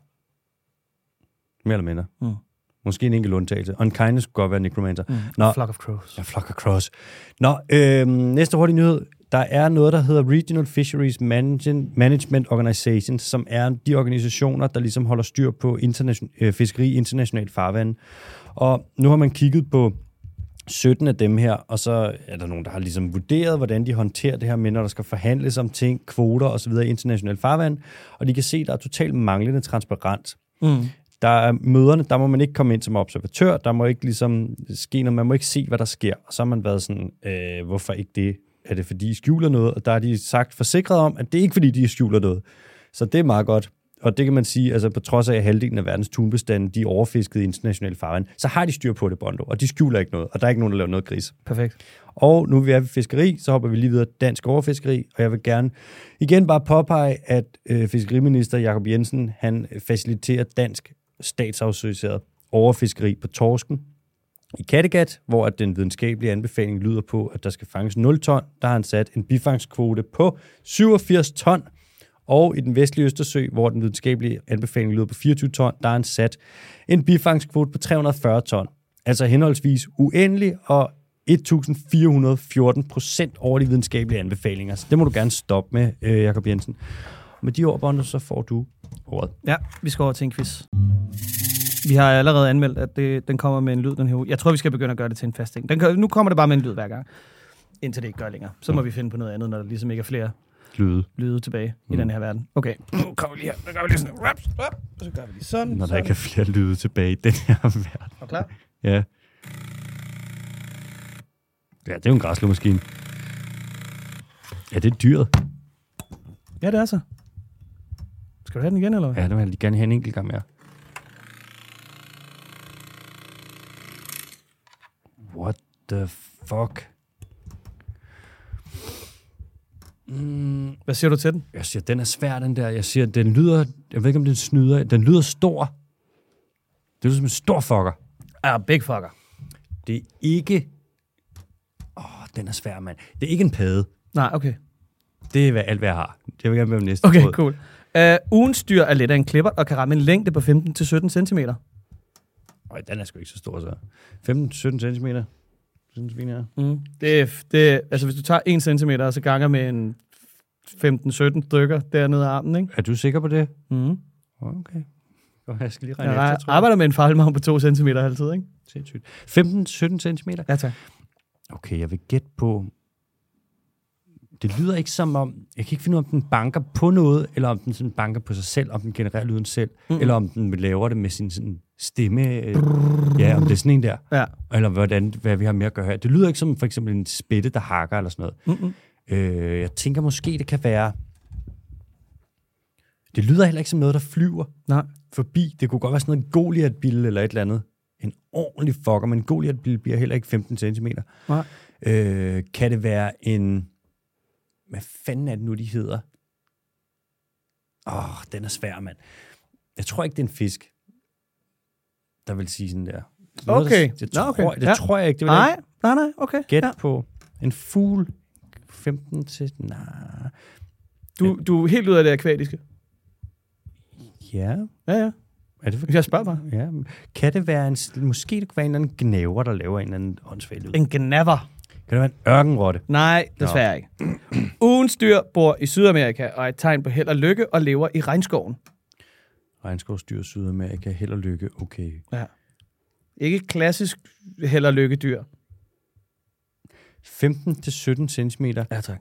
Mere eller mindre. Mm. Måske en enkelt undtagelse. Unkindness kunne godt være Necromancer. Mm. Nå, Flock of crows. Ja, Flock of crows. Nå, øhm, næste hurtige nyhed. Der er noget, der hedder Regional Fisheries Management Organization, som er de organisationer, der ligesom holder styr på internation- øh, fiskeri i internationalt farvand. Og nu har man kigget på sytten af dem her, og så er der nogen, der har ligesom vurderet, hvordan de håndterer det her med, når der skal forhandles om ting, kvoter osv. i internationalt farvand. Og de kan se, at der er totalt manglende transparens. Mm. Der er møderne, der må man ikke komme ind som observatør, der må ikke ligesom ske noget, man må ikke se, hvad der sker. Og så har man været sådan, øh, hvorfor ikke det? Er det fordi, de skjuler noget? Og der har de sagt forsikret om, at det er ikke fordi, de skjuler noget. Så det er meget godt. Og det kan man sige, altså på trods af, at halvdelen af verdens tunbestande, de er overfisket i internationalt farvand, så har de styr på det, Bondo, og de skjuler ikke noget, og der er ikke nogen, der laver noget gris. Perfekt. Og nu er vi ved fiskeri, så hopper vi lige videre dansk overfiskeri, og jeg vil gerne igen bare påpege, at øh, fiskeriminister Jakob Jensen, han faciliterer dansk statsautoriseret overfiskeri på torsken i Kattegat, hvor at den videnskabelige anbefaling lyder på, at der skal fanges nul ton. Der har han sat en bifangskvote på syvogfirs ton, og i den vestlige Østersø, hvor den videnskabelige anbefaling lyder på fireogtyve ton, der har han sat en bifangskvote på tre hundrede og fyrre ton. Altså henholdsvis uendelig og et tusind fire hundrede og fjorten procent over de videnskabelige anbefalinger. Så det må du gerne stoppe med, øh, Jakob Jensen. Med de ord, Bondo, så får du ordet. Ja, vi skal over til en quiz. Vi har allerede anmeldt, at det, den kommer med en lyd den her uge. Jeg tror, vi skal begynde at gøre det til en fast ting. Den kan, nu kommer det bare med en lyd hver gang, indtil det ikke gør længere. Så må vi finde på noget andet, når der ligesom ikke er flere lyde, lyde tilbage mm. i den her verden. Okay, nu kommer vi lige her. Nu gør vi lige sådan. Raps, rap, og så gør vi lige sådan. Når der sådan. ikke er flere lyde tilbage i den her verden. Er du klar? Ja. Ja, det er jo en græsslåmaskine. Ja, det er dyret. Ja, det er så. Skal du have den igen, eller hvad? Ja, det vil jeg gerne have en enkelt gang mere. What the fuck? Mm. Hvad siger du til den? Jeg siger, den er svær, den der. Jeg siger, den lyder... Jeg ved ikke, om den snyder. Den lyder stor. Det lyder som en stor fucker. Ja, big fucker. Det er ikke... Åh, oh, den er svær, mand. Det er ikke en padde. Nej, okay. Det er alt, hvad jeg har. Jeg vil gerne være med næste Okay, råd. cool. Uh, ugens dyr er let af en klipper og kan ramme en længde på femten til sytten centimeter. Øj, den er sgu ikke så stor, så. femten til sytten centimeter. Mm. Det, er, det, altså, hvis du tager en centimeter og så ganger med en femten sytten stykker dernede af armen, ikke? Er du sikker på det? Mm. Okay. Jeg skal lige regne jeg efter, tror jeg. arbejder med en fejlmargen på to centimeter altid, ikke? Sindssygt. femten til sytten centimeter? Ja, tak. Okay, jeg vil gætte på... Det lyder ikke som om, jeg kan ikke finde ud af, om den banker på noget, eller om den sådan banker på sig selv, om den genererer lyden selv, mm. eller om den laver det med sin sådan stemme. Øh, ja, om det er sådan en der. Ja. Eller hvordan, hvad vi har med at gøre her. Det lyder ikke som for eksempel en spætte, der hakker eller sådan noget. Mm-hmm. Øh, jeg tænker måske, det kan være... Det lyder heller ikke som noget, der flyver Nej. forbi. Det kunne godt være sådan noget en Goliath-bille eller et eller andet. En ordentlig fucker, men en Goliath-bille bliver heller ikke femten centimeter. Nej. Øh, kan det være en... Hvad fanden er det nu, de hedder? Åh, oh, den er svær, mand. Jeg tror ikke, det er en fisk, der vil sige sådan der. Noget, okay. Der, det tror, Nå, okay. det ja. tror jeg ikke. Det nej, ikke. nej, nej, okay. Gæt ja. på en fugl. femten til... Nej. Du, du er helt ud af det akvatiske. Ja. Ja, ja. Er det for... Jeg spørger bare. Ja. Kan det være en... Måske det kunne være en eller anden gnæver, der laver en eller anden åndssvag lyd. En gnaver. Kan det være en ørkenrotte? Nej, desværre ikke. Ugens dyr bor i Sydamerika og er et tegn på held og lykke og lever i regnskoven. Regnskovsdyr, Sydamerika, held og lykke, okay. Ja. Ikke klassisk held og lykke dyr. femten til sytten centimeter. Ja, tak.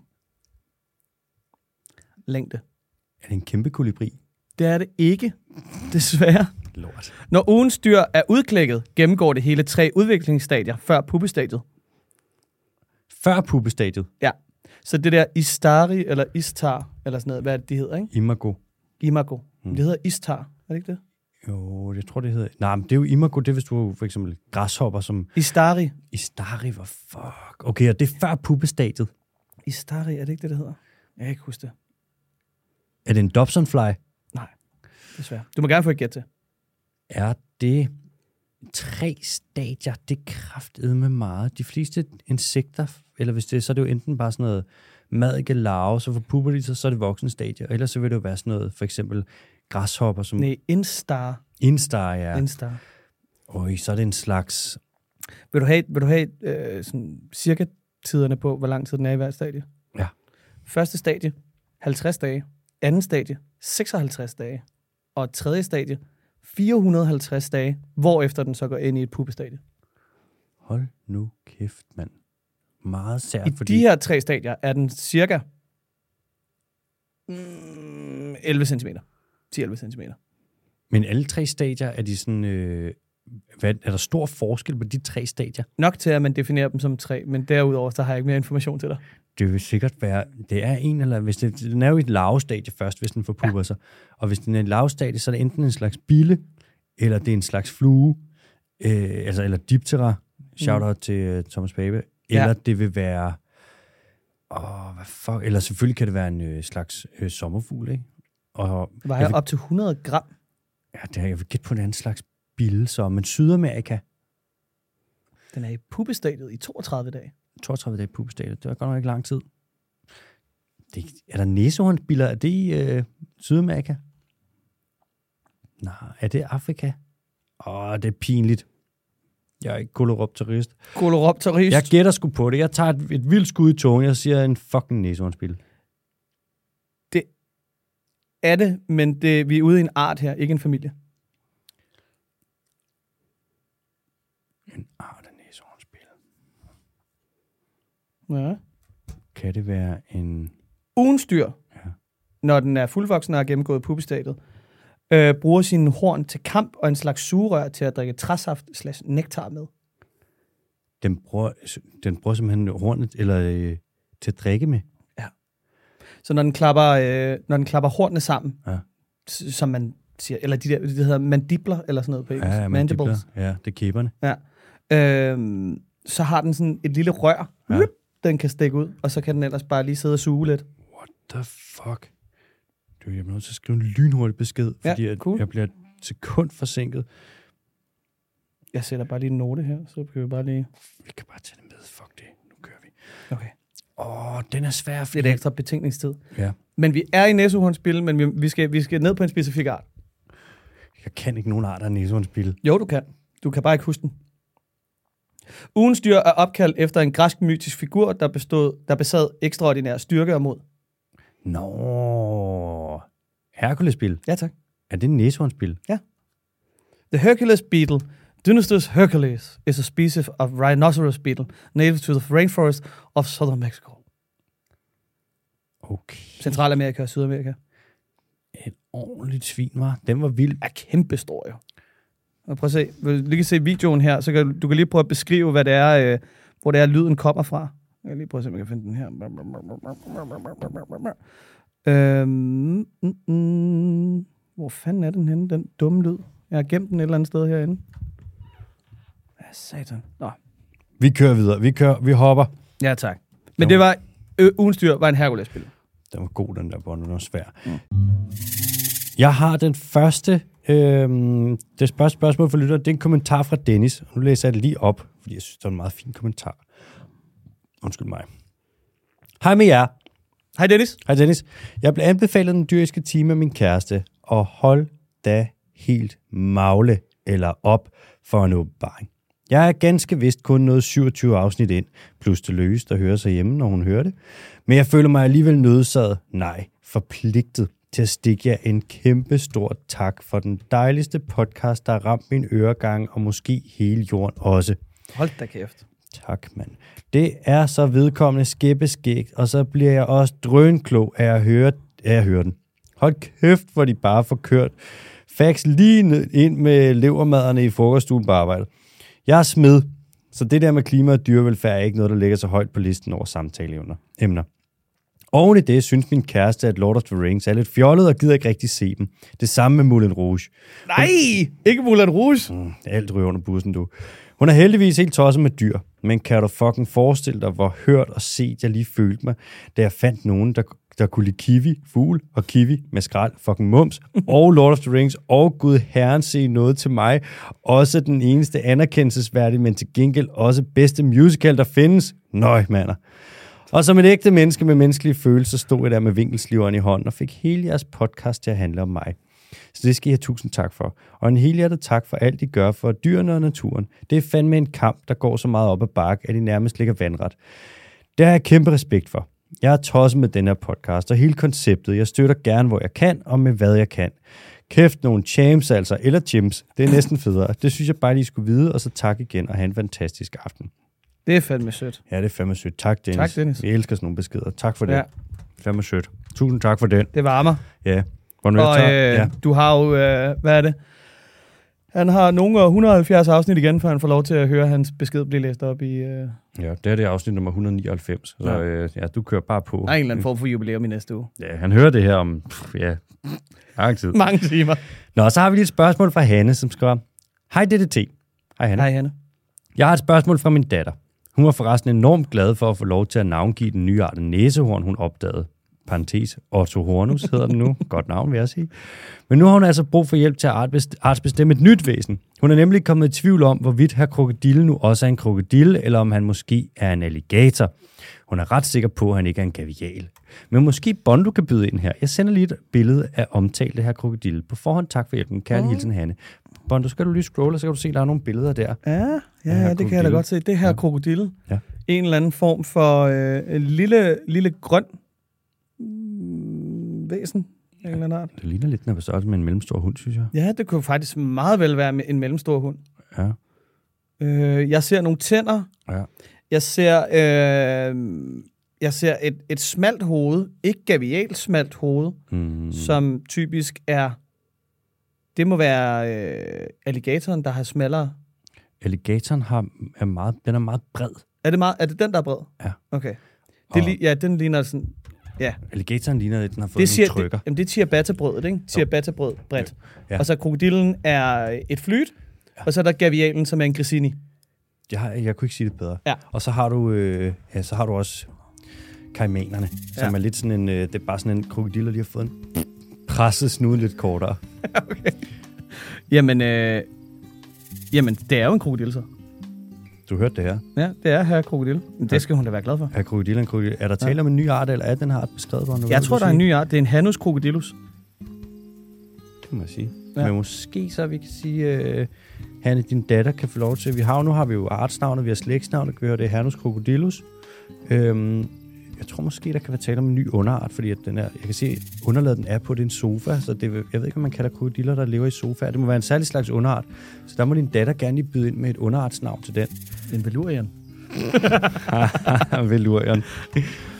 Længde. Er det en kæmpe kolibri? Det er det ikke, desværre. Lort. Når ugens dyr er udklækket, gennemgår det hele tre udviklingsstadier før puppestadiet. Før puppestadiet? Ja. Så det der istari, eller istar, eller sådan noget, hvad er det, de hedder, ikke? Imago. Imago. Hmm. Det hedder istar, er det ikke det? Jo, jeg tror, det hedder... Nej, men det er jo imago, det er, hvis du for eksempel græshopper som... Istari. Istari, hvor fuck... Okay, og det er før puppestadiet. Istari, er det ikke det, det hedder? Jeg kan ikke huske det. Er det en Dobsonfly? Nej, desværre. Du må gerne få et gæt til. Er det tre stadier? Det er kraftedme meget. De fleste insekter, eller hvis det er, så er det jo enten bare sådan noget madike larve, så forpupper de sig, så er det voksne stadier. Ellers så vil det jo være sådan noget, for eksempel græshopper som... Nej, instar. Instar, ja. Instar. Øj, så er det en slags... Vil du have, vil du have øh, sådan cirka tiderne på, hvor lang tid den er i hver stadie? Ja. Første stadie, halvtreds dage. Anden stadie, seksoghalvtreds dage. Og tredje stadie, fire hundrede og halvtreds dage, hvorefter den så går ind i et puppestadie. Hold nu kæft, mand. Meget sært, I fordi... de her tre stadier er den cirka mm, elleve centimeter. ti til elleve centimeter. Men alle tre stadier, er de sådan... Øh, hvad, er der stor forskel på de tre stadier? Nok til, at man definerer dem som tre, men derudover, så har jeg ikke mere information til dig. Det vil sikkert være... Det er en eller... Hvis det, den er jo i et larvestadie først, hvis den forpupper ja. sig. Og hvis den er i et larvestadie, så er det enten en slags bille, eller det er en slags flue, øh, altså, eller diptera. Shout-out mm. til uh, Thomas Pape. Eller ja. det vil være... Åh, hvad fuck... Eller selvfølgelig kan det være en øh, slags øh, sommerfugl, ikke? Og det vejer op til hundrede gram. Ja, det har jeg vil gætte på en anden slags bille, så. Men Sydamerika... Den er i puppestadiet i toogtredive dage. toogtredive dage puppestadiet. Det var godt nok ikke lang tid. Det, er der næsehornsbiller? Er det i øh, Sydamerika? Nej, er det Afrika? Åh, det er pinligt. Jeg er ikke koloropterist. Koloropterist? Jeg gætter sgu på det. Jeg tager et, et vildt skud i tågen. Jeg siger en fucking næsehornsbille. Det er det, men det, vi er ude i en art her, ikke en familie. En art af næsehornsbille. Ja. Kan det være en... Ugens dyr, ja. Når den er fuldvoksen og har gennemgået puppestadiet, øh, bruger sine horn til kamp og en slags sugerør til at drikke træsaft slash nektar med. Den bruger, den bruger simpelthen hornet eller, øh, til at drikke med? Ja. Så når den klapper, øh, når den klapper hornene sammen, ja. som man siger, eller de der, det hedder mandibler eller sådan noget på engelsk. Ja, ja, mandibler. Ja, det er kæberne. Ja. Øh, så har den sådan et lille rør, ja. Den kan stikke ud, og så kan den ellers bare lige sidde og suge lidt. What the fuck? Du, jeg bliver nødt til at skrive en lynhurtig besked, fordi ja, cool. jeg bliver et sekund forsinket. Jeg sætter bare lige en note her, så kan vi bare lige... Vi kan bare tage det med. Fuck det. Nu kører vi. Okay. Åh, den er svær. Fordi... Det er ekstra betænkningstid. Ja. Men vi er i næsehornsbille, men vi, vi, skal, vi skal ned på en specifik art. Jeg kan ikke nogen art af næsehornsbille. Jo, du kan. Du kan bare ikke huske den. Ugens dyr er opkaldt efter en græsk mytisk figur, der, bestod, der besad ekstraordinær styrke og mod. Nå. Herkulesbille? Ja, tak. Er det en næsehornsbille? Ja. The Hercules beetle, Dynastus hercules, is a species of rhinoceros beetle native to the rainforest of southern Mexico. Okay. Centralamerika og Sydamerika. Et ordentligt svin, var. Den var vild. Er kæmpe stor, jo. Og prøv at se. Du kan se videoen her, så kan du kan lige prøve at beskrive, hvad det er, øh, hvor det er, lyden kommer fra. Jeg kan lige prøve at se, om jeg kan finde den her. Øhm, mm, mm, hvor fanden er den henne, den dumme lyd? Jeg har gemt den et eller andet sted herinde. Hvad satan? Nå. Vi kører videre. Vi kører, vi hopper. Ja, tak. Men det var, øh, ugens dyr var en Hercules-spil. Den var god, den der bånd. Den var svær. Mm. Jeg har den første, øh, det første spørgsmål for lytteren. Det er en kommentar fra Dennis. Nu læser jeg det lige op, fordi jeg synes, det er en meget fin kommentar. Undskyld mig. Hej med jer. Hej Dennis. Hej Dennis. Jeg blev anbefalet den dyriske time af min kæreste, og hold da helt magle eller op for en åbenbaring. Jeg er ganske vist kun nået syvogtyve afsnit ind, plus det løs, der hører sig hjemme, når hun hører det. Men jeg føler mig alligevel nødsaget, nej, forpligtet til at stikke jer en kæmpe stor tak for den dejligste podcast, der har ramt min øregang, og måske hele jorden også. Hold da kæft. Tak, mand. Det er så vedkommende skæbbeskægt, og så bliver jeg også drønklog af at høre, af at høre den. Hold kæft, hvor de bare får kørt facts lige ned ind med levermaderne i frokoststuen på arbejde. Jeg er smed, så det der med klima og dyrevelfærd er ikke noget, der ligger så højt på listen over samtaleemner. Oven i det synes min kæreste, at Lord of the Rings er lidt fjollet og gider ikke rigtig se dem. Det samme med Moulin Rouge. Nej, ikke Moulin Rouge. Mm, alt ryger under bussen, du. Hun er heldigvis helt tosset med dyr, men kan du fucking forestille dig, hvor hørt og set jeg lige følte mig, da jeg fandt nogen, der, der kunne lide kiwi, fugl og kiwi med skrald, fucking mums, og Lord of the Rings, og Gud Herren se noget til mig. Også den eneste anerkendelsesværdige, men til gengæld også bedste musical, der findes. Nøj, mander. Og som et ægte menneske med menneskelige følelser, stod jeg der med vinkelsliveren i hånden og fik hele jeres podcast til at handle om mig. Så det skal I have tusind tak for. Og en helhjertet tak for alt, I gør for dyrene og naturen. Det er fandme en kamp, der går så meget op ad bakke, at I nærmest ligger vandret. Det har jeg kæmpe respekt for. Jeg er tosset med den her podcast og hele konceptet. Jeg støtter gerne, hvor jeg kan, og med hvad jeg kan. Kæft nogle champs altså, eller chimps. Det er næsten federe. Det synes jeg bare, lige skulle vide, og så tak igen, og have en fantastisk aften. Det er fandme sødt. Ja, det er fandme sødt. Tak, Dennis. Tak, Dennis. Vi elsker sådan nogle beskeder. Tak for det. Ja. Fandme sødt. Tusind tak for den. Det varmer. Ja. Og øh, ja. Du har jo, øh, hvad er det? Han har nogle et hundrede og halvfjerds afsnit igen, før han får lov til at høre hans besked blive læst op i... Øh... Ja, det er det afsnit nummer et hundrede og nioghalvfems. Så ja, øh, ja, du kører bare på. Der er en eller anden form for jubilæum i næste uge. Ja, han hører det her om, pff, ja, lang tid. Mange timer. Nå, så har vi lige et spørgsmål fra Hanne, som skriver, hej D D T. Hej Hanne. Hej Hanne. Jeg har et spørgsmål fra min datter. Hun var forresten enormt glad for at få lov til at navngive den nyartede næsehorn, hun opdagede. Parentes, Otto Hornus hedder den nu. Godt navn, vil jeg sige. Men nu har hun altså brug for hjælp til at artsbestemme et nyt væsen. Hun er nemlig kommet i tvivl om, hvorvidt her krokodille nu også er en krokodille, eller om han måske er en alligator. Hun er ret sikker på, at han ikke er en gavial. Men måske Bondo kan byde ind her. Jeg sender lige et billede af omtalte her krokodille. På forhånd tak for hjælpen. Kærlig hilsen, Hanne. Bondo, skal du lige scrolle, så kan du se, at der er nogle billeder der. Ja, ja, ja det kan jeg da godt se. Det her ja. krokodille. Ja. En eller anden form for øh, en lille, lille grøn væsen. Ja, en eller det ligner lidt på størrelse med en mellemstor hund, synes jeg. Ja, det kunne faktisk meget vel være en mellemstor hund. Ja. Øh, jeg ser nogle tænder. Ja. Jeg ser, øh, jeg ser et, et smalt hoved, ikke gavialt smalt hoved, mm. som typisk er, det må være øh, alligatoren, der har smallere. Alligatoren har, er meget, den er meget bred. Er det, meget, er det den, der er bred? Ja. Okay. Det li- ja, den ligner sådan... Ja. Alligatoren ligner, at den har fået det siger, nogle trykker. Det, jamen, det er ciabatta-brødet, ikke? Ciabatta-brød bredt. Ja. Og så krokodillen er et flyt, ja. Og så er der gavialen, som er en grissini. Jeg, har, jeg kunne ikke sige det bedre. Ja. Og så har du, øh, ja, så har du også kaimanerne, som ja. er lidt sådan en, øh, det er bare sådan en krokodille, der lige har fået en presset snude lidt kortere. Okay. Jamen, øh, jamen, det er jo en krokodille, så. Du hørte det her? Ja, det er her krokodille. Men det skal hun da være glad for. Er krokodille en krokodille? Er der tale ja. om en ny art, eller er den her art beskrevet? Hvor jeg tror, der er en ny art. Det er en Hanus krokodillus. Det må jeg sige. Ja. Men måske så vi kan sige, uh, Hanne, din datter kan få lov til. Vi har, nu har vi jo artsnavnet, vi har slægtsnavnet, vi har det Hanus krokodillus. Øhm, jeg tror måske, der kan være tale om en ny underart, fordi at den er, jeg kan se, at underlaget den er på din sofa, så det, jeg ved ikke, om man kalder krokodiller, der lever i sofaer. Det må være en særlig slags underart. Så der må din datter gerne lige byde ind med et underartsnavn til den. En velurian. Velurian.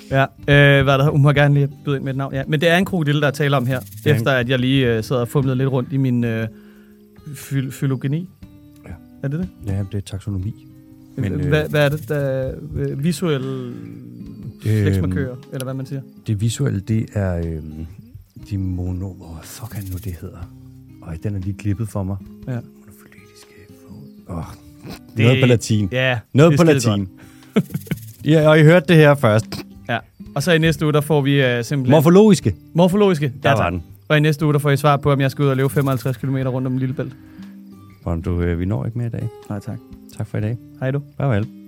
Ja, øh, hvad der, hun må gerne lige byde ind med et navn. Ja, men det er en krokodille, der taler om her, ja. efter at jeg lige øh, sad og fumlede lidt rundt i min øh, fyl- fylogeni. Ja. Er det det? Ja, det er taksonomi. Men, øh, hvad, hvad er det, der øh, visuelle fleksmarkører, øh, eller hvad man siger? Det visuelle, det er øh, de mono... Åh, oh, fuck er nu, det hedder. Øj, den er lige klippet for mig. Ja. Monofyletiske... Åh, oh, noget på latin. Ja, noget på latin. Ja, og I hørte det her først. Ja, og så i næste uge, der får vi uh, simpelthen... Morfologiske. Morfologiske. Der ja, var den. Og i næste uge, der får I svar på, om jeg skal ud og løbe femoghalvtreds kilometer rundt om Lillebælt. Hvordan du, øh, vi når ikke mere i dag. Nej, tak. Tak for i dag. Hej du. Farvel.